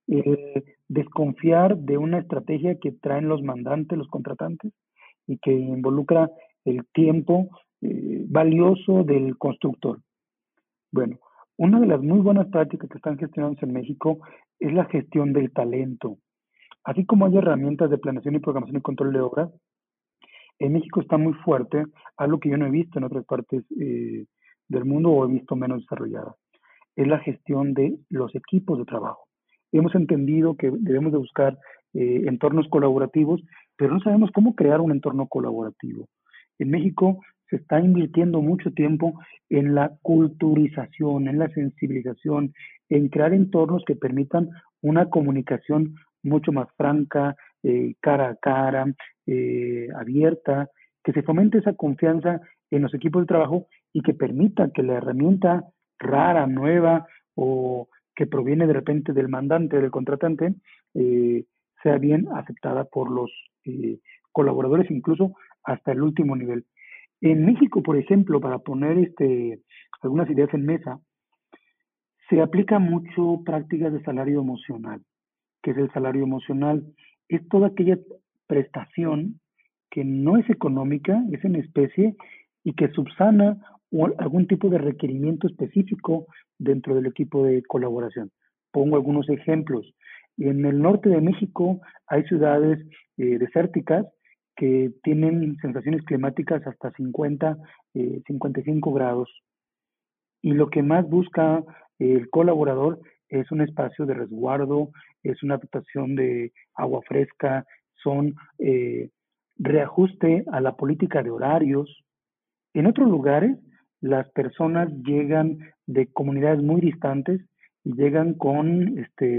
[SPEAKER 2] desconfiar de una estrategia que traen los mandantes, los contratantes, y que involucra el tiempo valioso del constructor. Bueno, una de las muy buenas prácticas que están gestionándose en México es la gestión del talento. Así como hay herramientas de planeación y programación y control de obras, en México está muy fuerte, algo que yo no he visto en otras partes del mundo o he visto menos desarrollada, es la gestión de los equipos de trabajo. Hemos entendido que debemos de buscar entornos colaborativos, pero no sabemos cómo crear un entorno colaborativo. En México se está invirtiendo mucho tiempo en la culturización, en la sensibilización, en crear entornos que permitan una comunicación mucho más franca, cara a cara, abierta, que se fomente esa confianza en los equipos de trabajo y que permita que la herramienta rara, nueva o que proviene de repente del mandante, del contratante, sea bien aceptada por los colaboradores, incluso hasta el último nivel. En México, por ejemplo, para poner algunas ideas en mesa, se aplica mucho prácticas de salario emocional. ¿Qué es el salario emocional? Es toda aquella prestación que no es económica, es en especie y que subsana algún tipo de requerimiento específico dentro del equipo de colaboración. Pongo algunos ejemplos. En el norte de México hay ciudades desérticas que tienen sensaciones climáticas hasta 50, 55 grados y lo que más busca el colaborador es un espacio de resguardo, es una dotación de agua fresca, son reajuste a la política de horarios. En otros lugares, las personas llegan de comunidades muy distantes y llegan con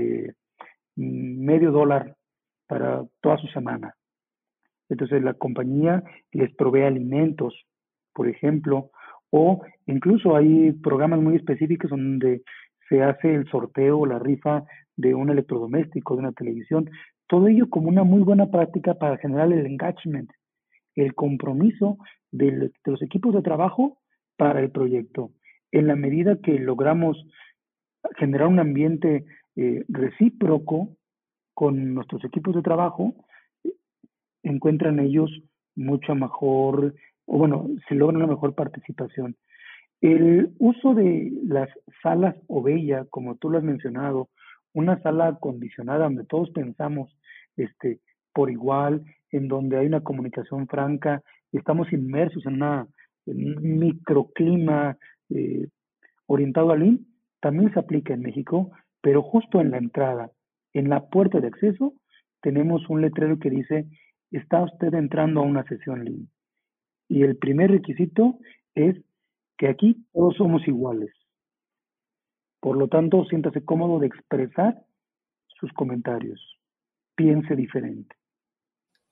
[SPEAKER 2] medio dólar para toda su semana. Entonces la compañía les provee alimentos, por ejemplo, o incluso hay programas muy específicos donde se hace el sorteo o la rifa de un electrodoméstico, de una televisión. Todo ello como una muy buena práctica para generar el engagement, el compromiso de los equipos de trabajo para el proyecto. En la medida que logramos generar un ambiente recíproco con nuestros equipos de trabajo, encuentran ellos mucha mejor, o bueno, se logra una mejor participación. El uso de las salas Ovella, como tú lo has mencionado, una sala acondicionada donde todos pensamos por igual, en donde hay una comunicación franca, estamos inmersos en un microclima eh, orientado al IN, también se aplica en México, pero justo en la entrada, en la puerta de acceso, tenemos un letrero que dice, está usted entrando a una sesión LIN. Y el primer requisito es que aquí todos somos iguales. Por lo tanto, siéntase cómodo de expresar sus comentarios. Piense diferente.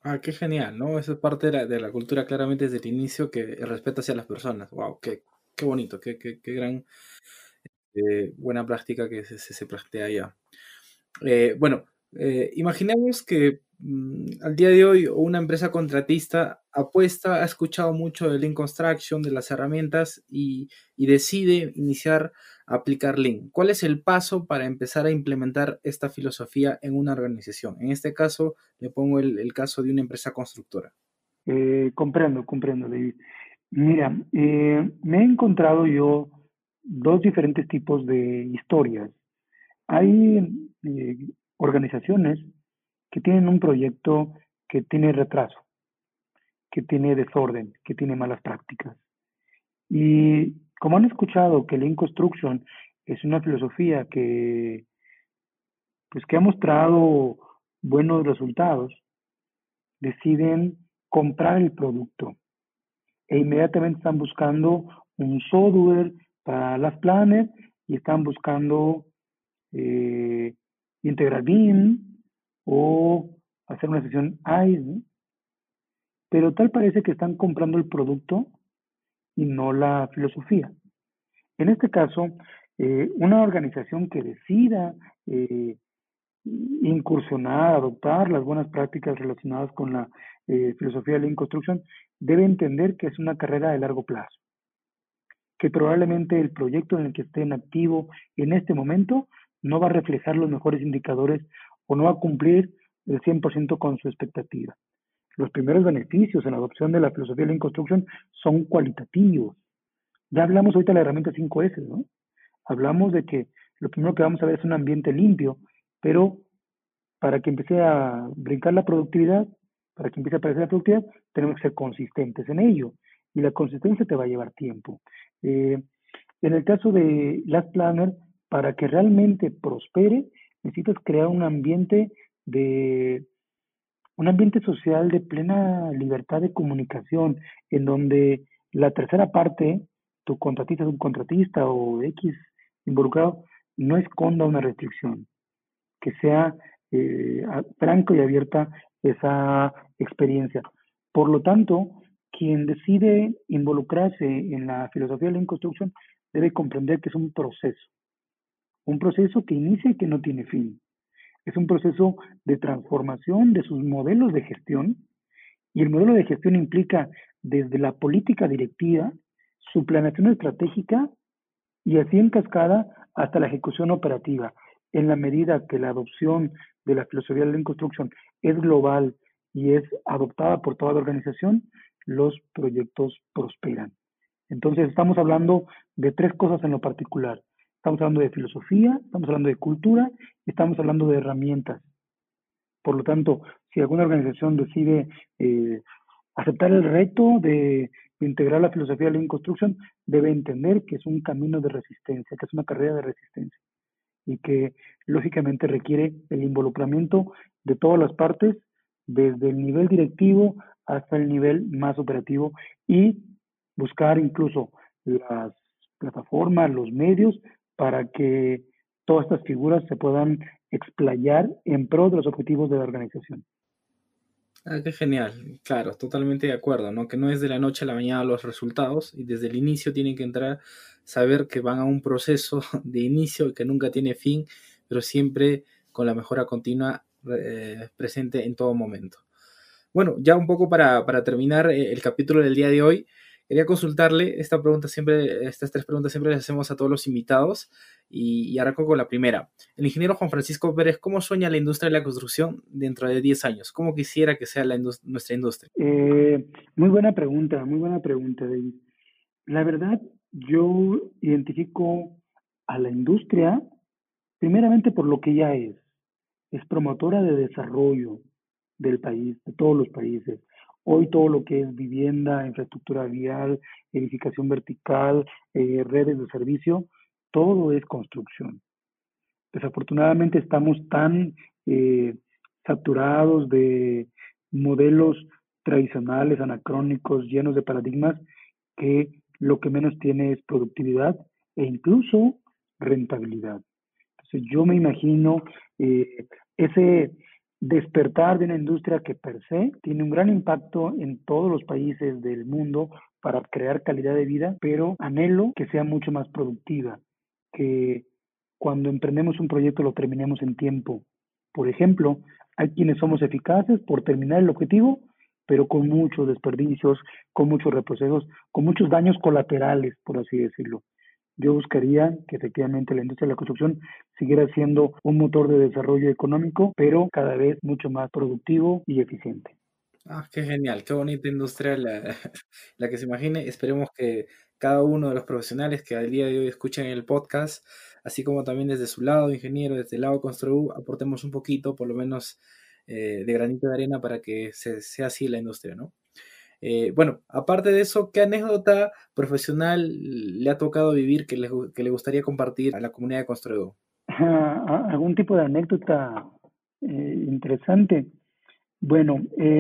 [SPEAKER 1] Ah, qué genial, ¿no? Eso es parte de la cultura claramente desde el inicio, que el respeto hacia las personas. Wow, qué bonito, qué gran buena práctica que se plantea allá. Bueno, imaginemos que al día de hoy una empresa contratista ha escuchado mucho de Lean Construction, de las herramientas y decide iniciar a aplicar Lean. ¿Cuál es el paso para empezar a implementar esta filosofía en una organización? En este caso, le pongo el caso de una empresa constructora.
[SPEAKER 2] Comprendo, David. Mira, me he encontrado yo dos diferentes tipos de historias. Hay organizaciones que tienen un proyecto que tiene retraso, que tiene desorden, que tiene malas prácticas. Y como han escuchado que Lean Construction es una filosofía que ha mostrado buenos resultados, deciden comprar el producto e inmediatamente están buscando un software para las planes y están buscando eh, integrar BIM o hacer una sesión ICE, ¿no? Pero tal parece que están comprando el producto y no la filosofía. En este caso, una organización que decida incursionar, adoptar las buenas prácticas relacionadas con la filosofía de Lean Construction debe entender que es una carrera de largo plazo, que probablemente el proyecto en el que esté en activo en este momento no va a reflejar los mejores indicadores o no va a cumplir el 100% con su expectativa. Los primeros beneficios en la adopción de la filosofía de Lean Construction son cualitativos. Ya hablamos ahorita de la herramienta 5S, ¿no? Hablamos de que lo primero que vamos a ver es un ambiente limpio, pero para que empiece a brincar la productividad, para que empiece a aparecer la productividad, tenemos que ser consistentes en ello. Y la consistencia te va a llevar tiempo. Eh, en el caso de Last Planner, para que realmente prospere, necesitas crear de un ambiente social de plena libertad de comunicación, en donde la tercera parte, tu contratista, subcontratista o X involucrado, no esconda una restricción, que sea franco y abierta esa experiencia. Por lo tanto, quien decide involucrarse en la filosofía de la construction debe comprender que es un proceso que inicia y que no tiene fin. Es un proceso de transformación de sus modelos de gestión y el modelo de gestión implica desde la política directiva, su planeación estratégica y así en cascada hasta la ejecución operativa. En la medida que la adopción de la filosofía de la construction es global y es adoptada por toda la organización, los proyectos prosperan. Entonces estamos hablando de tres cosas en lo particular. Estamos hablando de filosofía, estamos hablando de cultura, estamos hablando de herramientas. Por lo tanto, si alguna organización decide aceptar el reto de integrar la filosofía de Lean Construction, debe entender que es un camino de resistencia, que es una carrera de resistencia y que lógicamente requiere el involucramiento de todas las partes, desde el nivel directivo hasta el nivel más operativo y buscar incluso las plataformas, los medios para que todas estas figuras se puedan explayar en pro de los objetivos de la organización.
[SPEAKER 1] Ah, qué genial, claro, totalmente de acuerdo, ¿no? Que no es de la noche a la mañana los resultados y desde el inicio tienen que entrar, saber que van a un proceso de inicio que nunca tiene fin, pero siempre con la mejora continua presente en todo momento. Bueno, ya un poco para terminar el capítulo del día de hoy, quería consultarle estas tres preguntas siempre las hacemos a todos los invitados y arranco con la primera. El ingeniero Juan Francisco Pérez, ¿cómo sueña la industria de la construcción dentro de 10 años? ¿Cómo quisiera que sea nuestra industria?
[SPEAKER 2] Muy buena pregunta, David. La verdad, yo identifico a la industria primeramente por lo que ya es promotora de desarrollo del país, de todos los países. Hoy todo lo que es vivienda, infraestructura vial, edificación vertical, redes de servicio, todo es construcción. Desafortunadamente estamos tan eh, saturados de modelos tradicionales, anacrónicos, llenos de paradigmas, que lo que menos tiene es productividad e incluso rentabilidad. Entonces yo me imagino ese despertar de una industria que per se tiene un gran impacto en todos los países del mundo para crear calidad de vida, pero anhelo que sea mucho más productiva, que cuando emprendemos un proyecto lo terminemos en tiempo. Por ejemplo, hay quienes somos eficaces por terminar el objetivo, pero con muchos desperdicios, con muchos reprocesos, con muchos daños colaterales, por así decirlo. Yo buscaría que efectivamente la industria de la construcción siguiera siendo un motor de desarrollo económico, pero cada vez mucho más productivo y eficiente.
[SPEAKER 1] Ah, qué genial, qué bonita industria la que se imagine. Esperemos que cada uno de los profesionales que al día de hoy escuchen el podcast, así como también desde su lado, ingeniero, desde el lado Construu, aportemos un poquito, por lo menos de granito de arena para que sea así la industria, ¿no? Bueno, aparte de eso, ¿qué anécdota profesional le ha tocado vivir que le gustaría compartir a la comunidad de Construu?
[SPEAKER 2] ¿Algún tipo de anécdota interesante? Bueno,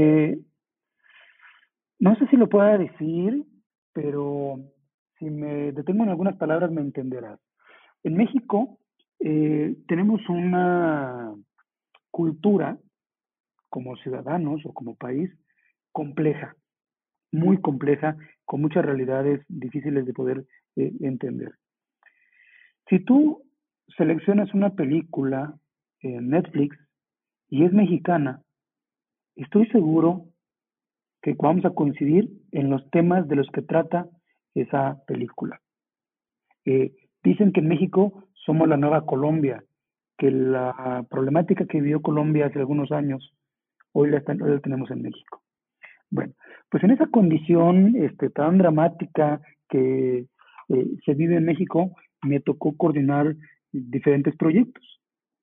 [SPEAKER 2] no sé si lo pueda decir, pero si me detengo en algunas palabras me entenderás. En México tenemos una cultura como ciudadanos o como país compleja, muy compleja, con muchas realidades difíciles de poder entender. Si tú seleccionas una película en Netflix y es mexicana, estoy seguro que vamos a coincidir en los temas de los que trata esa película. Eh, Dicen que en México somos la nueva Colombia, que la problemática que vivió Colombia hace algunos años, hoy la tenemos en México. Bueno, pues en esa condición tan dramática que se vive en México, me tocó coordinar diferentes proyectos.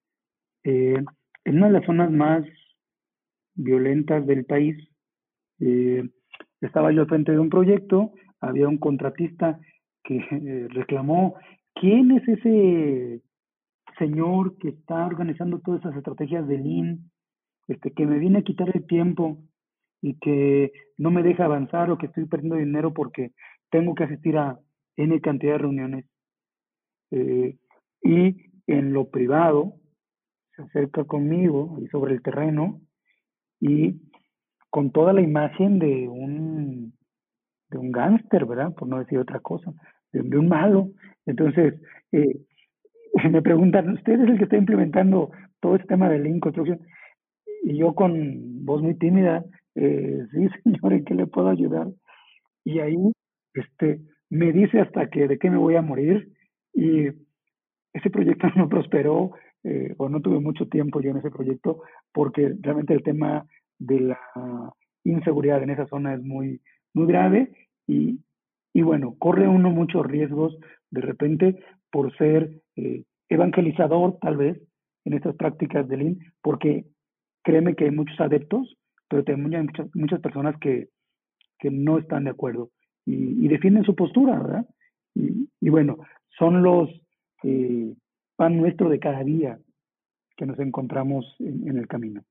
[SPEAKER 2] En una de las zonas más violentas del país, eh, estaba yo al frente de un proyecto, había un contratista que reclamó, ¿quién es ese señor que está organizando todas esas estrategias de Lean, que me viene a quitar el tiempo y que no me deja avanzar o que estoy perdiendo dinero porque tengo que asistir a N cantidad de reuniones? Eh, y en lo privado se acerca conmigo ahí sobre el terreno y con toda la imagen de un gángster, ¿verdad? Por no decir otra cosa, de un malo. Entonces, eh, me preguntan, ¿usted es el que está implementando todo este tema de Lean Construction? Y yo con voz muy tímida, sí, señor, ¿en qué le puedo ayudar? Y ahí, me dice hasta que de qué me voy a morir. Y ese proyecto no prosperó, o no tuve mucho tiempo yo en ese proyecto, porque realmente el tema de la inseguridad en esa zona es muy, muy grave y, y bueno, corre uno muchos riesgos de repente por ser evangelizador tal vez en estas prácticas de Lean, porque créeme que hay muchos adeptos, pero también hay muchas personas que no están de acuerdo y defienden su postura, ¿verdad? Y bueno, son los eh, pan nuestro de cada día que nos encontramos en el camino.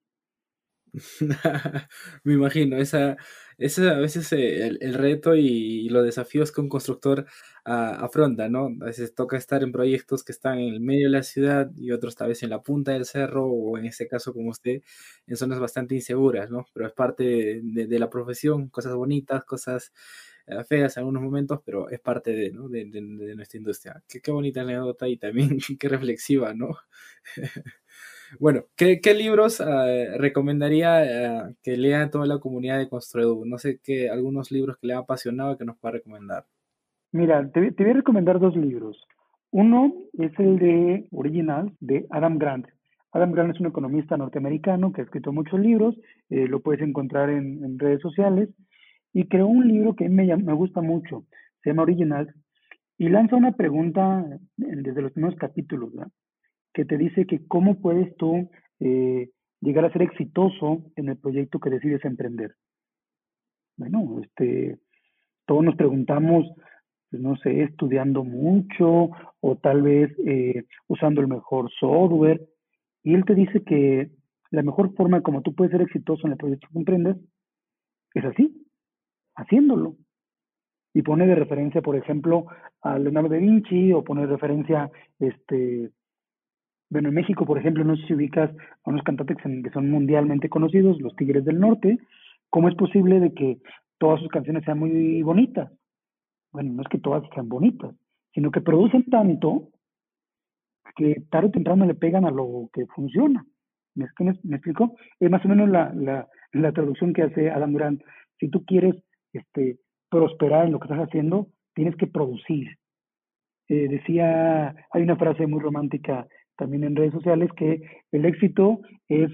[SPEAKER 1] Me imagino, esa a veces el reto y los desafíos que un constructor afronta, ¿no? A veces toca estar en proyectos que están en el medio de la ciudad y otros tal vez en la punta del cerro o en este caso como usted, en zonas bastante inseguras, ¿no? Pero es parte de la profesión, cosas bonitas, cosas feas en algunos momentos, pero es parte de, ¿no? de nuestra industria. Qué bonita anécdota y también qué reflexiva, ¿no? Bueno, ¿qué libros recomendaría que lea toda la comunidad de Construedu? No sé qué, algunos libros que le han apasionado que nos pueda recomendar.
[SPEAKER 2] Mira, te voy a recomendar dos libros. Uno es el de Original, de Adam Grant. Adam Grant es un economista norteamericano que ha escrito muchos libros, lo puedes encontrar en redes sociales, y creó un libro que me gusta mucho, se llama Original, y lanza una pregunta desde los primeros capítulos, ¿verdad? Que te dice que cómo puedes tú llegar a ser exitoso en el proyecto que decides emprender. Bueno, todos nos preguntamos, pues, no sé, estudiando mucho o tal vez usando el mejor software. Y él te dice que la mejor forma como tú puedes ser exitoso en el proyecto que emprendes es así, haciéndolo. Y pone de referencia, por ejemplo, a Leonardo da Vinci o pone de referencia este, Bueno, en México, por ejemplo, no sé si ubicas a unos cantantes que son mundialmente conocidos, los Tigres del Norte. ¿Cómo es posible de que todas sus canciones sean muy bonitas? Bueno, no es que todas sean bonitas, sino que producen tanto que tarde o temprano le pegan a lo que funciona. ¿Me explico? Es más o menos la traducción que hace Adam Grant. Si tú quieres este, prosperar en lo que estás haciendo, tienes que producir. Decía, hay una frase muy romántica también en redes sociales que el éxito es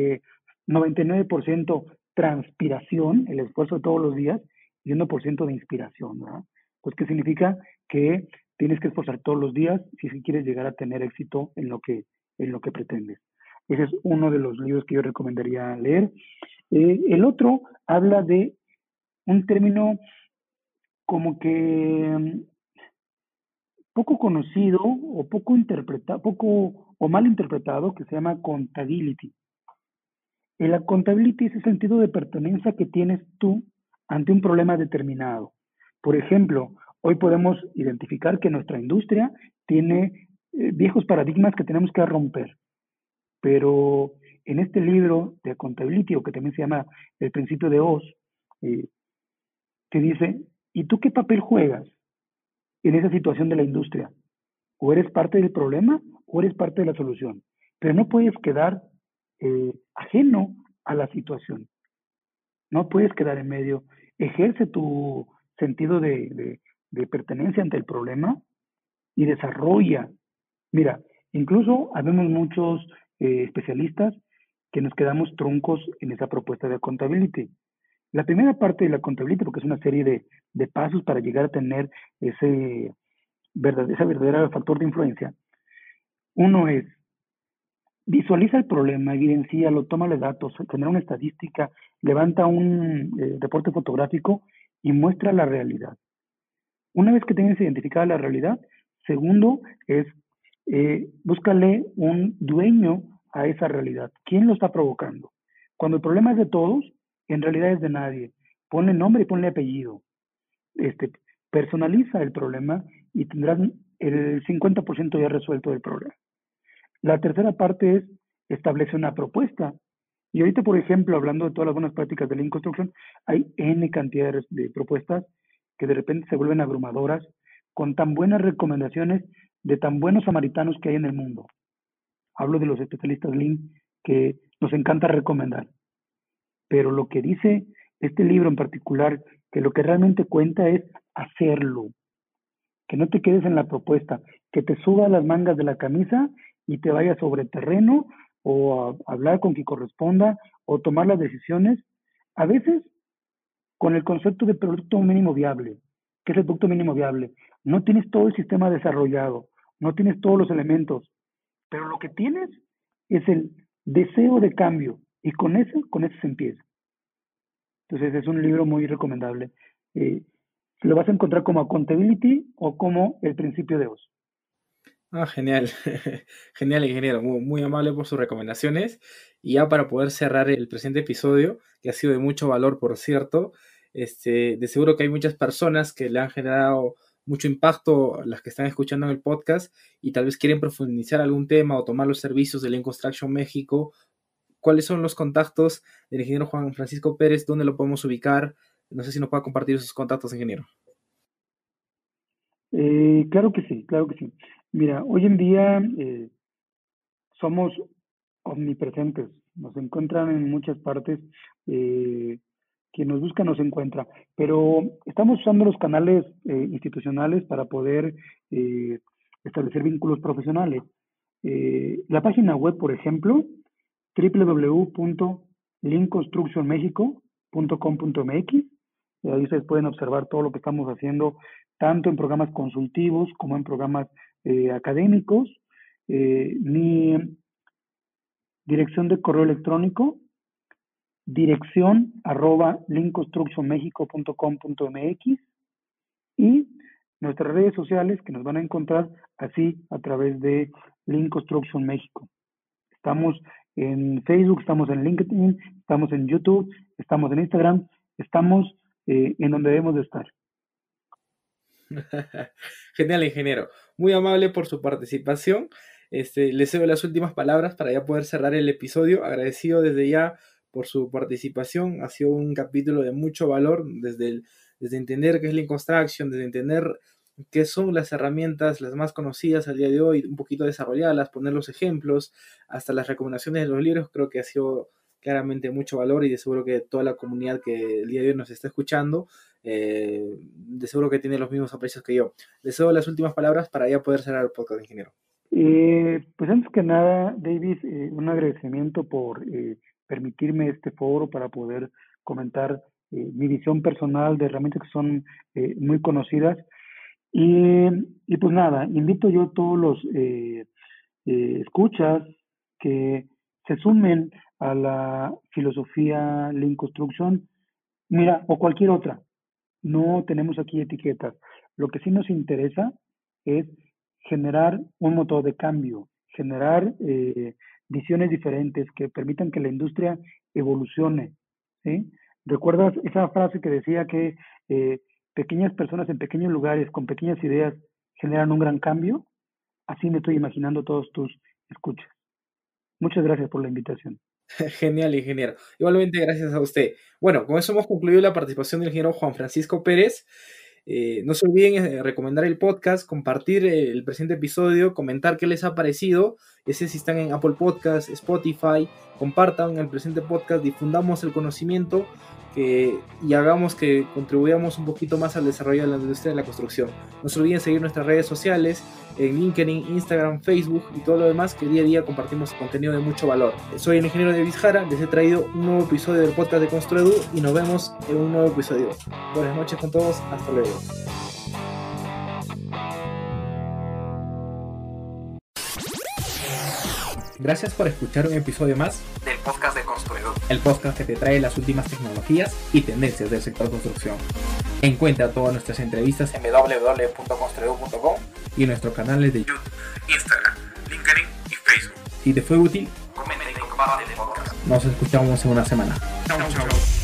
[SPEAKER 2] 99% transpiración, el esfuerzo de todos los días, y 1% de inspiración, ¿verdad? Pues, ¿qué significa? Que tienes que esforzar todos los días si quieres llegar a tener éxito en lo que pretendes. Ese es uno de los libros que yo recomendaría leer. El otro habla de un término como que poco conocido o poco interpretado, poco o mal interpretado, que se llama accountability. El accountability es el sentido de pertenencia que tienes tú ante un problema determinado. Por ejemplo, hoy podemos identificar que nuestra industria tiene viejos paradigmas que tenemos que romper, pero en este libro de accountability, o que también se llama El principio de Oz, eh, te dice, ¿y tú qué papel juegas en esa situación de la industria? O eres parte del problema o eres parte de la solución. Pero no puedes quedar ajeno a la situación. No puedes quedar en medio. Ejerce tu sentido de pertenencia ante el problema y desarrolla. Mira, incluso habemos muchos especialistas que nos quedamos truncos en esa propuesta de accountability. La primera parte de la accountability, porque es una serie de pasos para llegar a tener ese verdadero factor de influencia. Uno es, visualiza el problema, evidencialo, tómale datos, genera una estadística, levanta un reporte fotográfico y muestra la realidad. Una vez que tengas identificada la realidad, segundo es, búscale un dueño a esa realidad. ¿Quién lo está provocando? Cuando el problema es de todos, en realidad es de nadie. Ponle nombre y ponle apellido. Este, personaliza el problema y tendrás el 50% ya resuelto del problema. La tercera parte es establece una propuesta. Y ahorita, por ejemplo, hablando de todas las buenas prácticas de Lean Construction, hay N cantidad de propuestas que de repente se vuelven abrumadoras con tan buenas recomendaciones de tan buenos samaritanos que hay en el mundo. Hablo de los especialistas Lean que nos encanta recomendar. Pero lo que dice este libro en particular, que lo que realmente cuenta es hacerlo, que no te quedes en la propuesta, que te subas las mangas de la camisa y te vayas sobre terreno o a hablar con quien corresponda o tomar las decisiones, a veces con el concepto de producto mínimo viable. ¿Qué es el producto mínimo viable? No tienes todo el sistema desarrollado, no tienes todos los elementos, pero lo que tienes es el deseo de cambio y con eso se empieza. Entonces es un libro muy recomendable. Eh, lo vas a encontrar como Accountability o como El principio de Oz.
[SPEAKER 1] Ah, genial. Genial, ingeniero. Muy amable por sus recomendaciones. Y ya para poder cerrar el presente episodio, que ha sido de mucho valor, por cierto, de seguro que hay muchas personas que le han generado mucho impacto, las que están escuchando en el podcast, y tal vez quieren profundizar algún tema o tomar los servicios de Lean Construction México. ¿Cuáles son los contactos del ingeniero Juan Francisco Pérez? ¿Dónde lo podemos ubicar? No sé si nos puede compartir sus contactos, ingeniero.
[SPEAKER 2] Claro que sí, claro que sí. Mira, hoy en día somos omnipresentes, nos encuentran en muchas partes, eh, quien nos busca nos encuentra, pero estamos usando los canales institucionales para poder eh, establecer vínculos profesionales. La página web, por ejemplo, www.linconstructionmexico.com.mx. Ahí ustedes pueden observar todo lo que estamos haciendo, tanto en programas consultivos como en programas académicos. Mi dirección de correo electrónico, dirección@linconstructionmexico.com.mx y nuestras redes sociales que nos van a encontrar así a través de Lean Construction México. Estamos en Facebook, estamos en LinkedIn, estamos en YouTube, estamos en Instagram, estamos en donde debemos de estar.
[SPEAKER 1] Genial, ingeniero. Muy amable por su participación. les cedo las últimas palabras para ya poder cerrar el episodio. Agradecido desde ya por su participación. Ha sido un capítulo de mucho valor, desde entender qué es Lean Construction, desde entender qué son las herramientas las más conocidas al día de hoy, un poquito desarrollarlas, poner los ejemplos, hasta las recomendaciones de los libros. Creo que ha sido claramente mucho valor, y de seguro que toda la comunidad que el día de hoy nos está escuchando, de seguro que tiene los mismos aprecios que yo. Les cedo las últimas palabras para ya poder cerrar el podcast, ingeniero.
[SPEAKER 2] Pues antes que nada, David, un agradecimiento por permitirme este foro para poder comentar mi visión personal de herramientas que son muy conocidas. Y pues nada, invito yo a todos los escuchas que se sumen a la filosofía Lean Construction, mira, o cualquier otra. No tenemos aquí etiquetas. Lo que sí nos interesa es generar un motor de cambio, generar visiones diferentes que permitan que la industria evolucione, ¿sí? ¿Recuerdas esa frase que decía que pequeñas personas en pequeños lugares con pequeñas ideas generan un gran cambio? Así me estoy imaginando todos tus escuchas. Muchas gracias por la invitación.
[SPEAKER 1] Genial, ingeniero. Igualmente, gracias a usted. Bueno, con eso hemos concluido la participación del ingeniero Juan Francisco Pérez. No se olviden recomendar el podcast, compartir el presente episodio, comentar qué les ha parecido. Si están en Apple Podcasts, Spotify, compartan el presente podcast, difundamos el conocimiento y hagamos que contribuyamos un poquito más al desarrollo de la industria de la construcción. No se olviden seguir nuestras redes sociales en LinkedIn, Instagram, Facebook y todo lo demás, que día a día compartimos contenido de mucho valor. Soy el ingeniero David Jara, les he traído un nuevo episodio del podcast de Construedu y nos vemos en un nuevo episodio. Buenas noches con todos, hasta luego. Gracias por escuchar un episodio más del podcast de Construedu, el podcast que te trae las últimas tecnologías y tendencias del sector construcción. Encuentra todas nuestras entrevistas en www.construedu.com y en nuestros canales de YouTube, Instagram, LinkedIn y Facebook. Si te fue útil, comenta y comparte el podcast. Nos escuchamos en una semana. Chau, chau.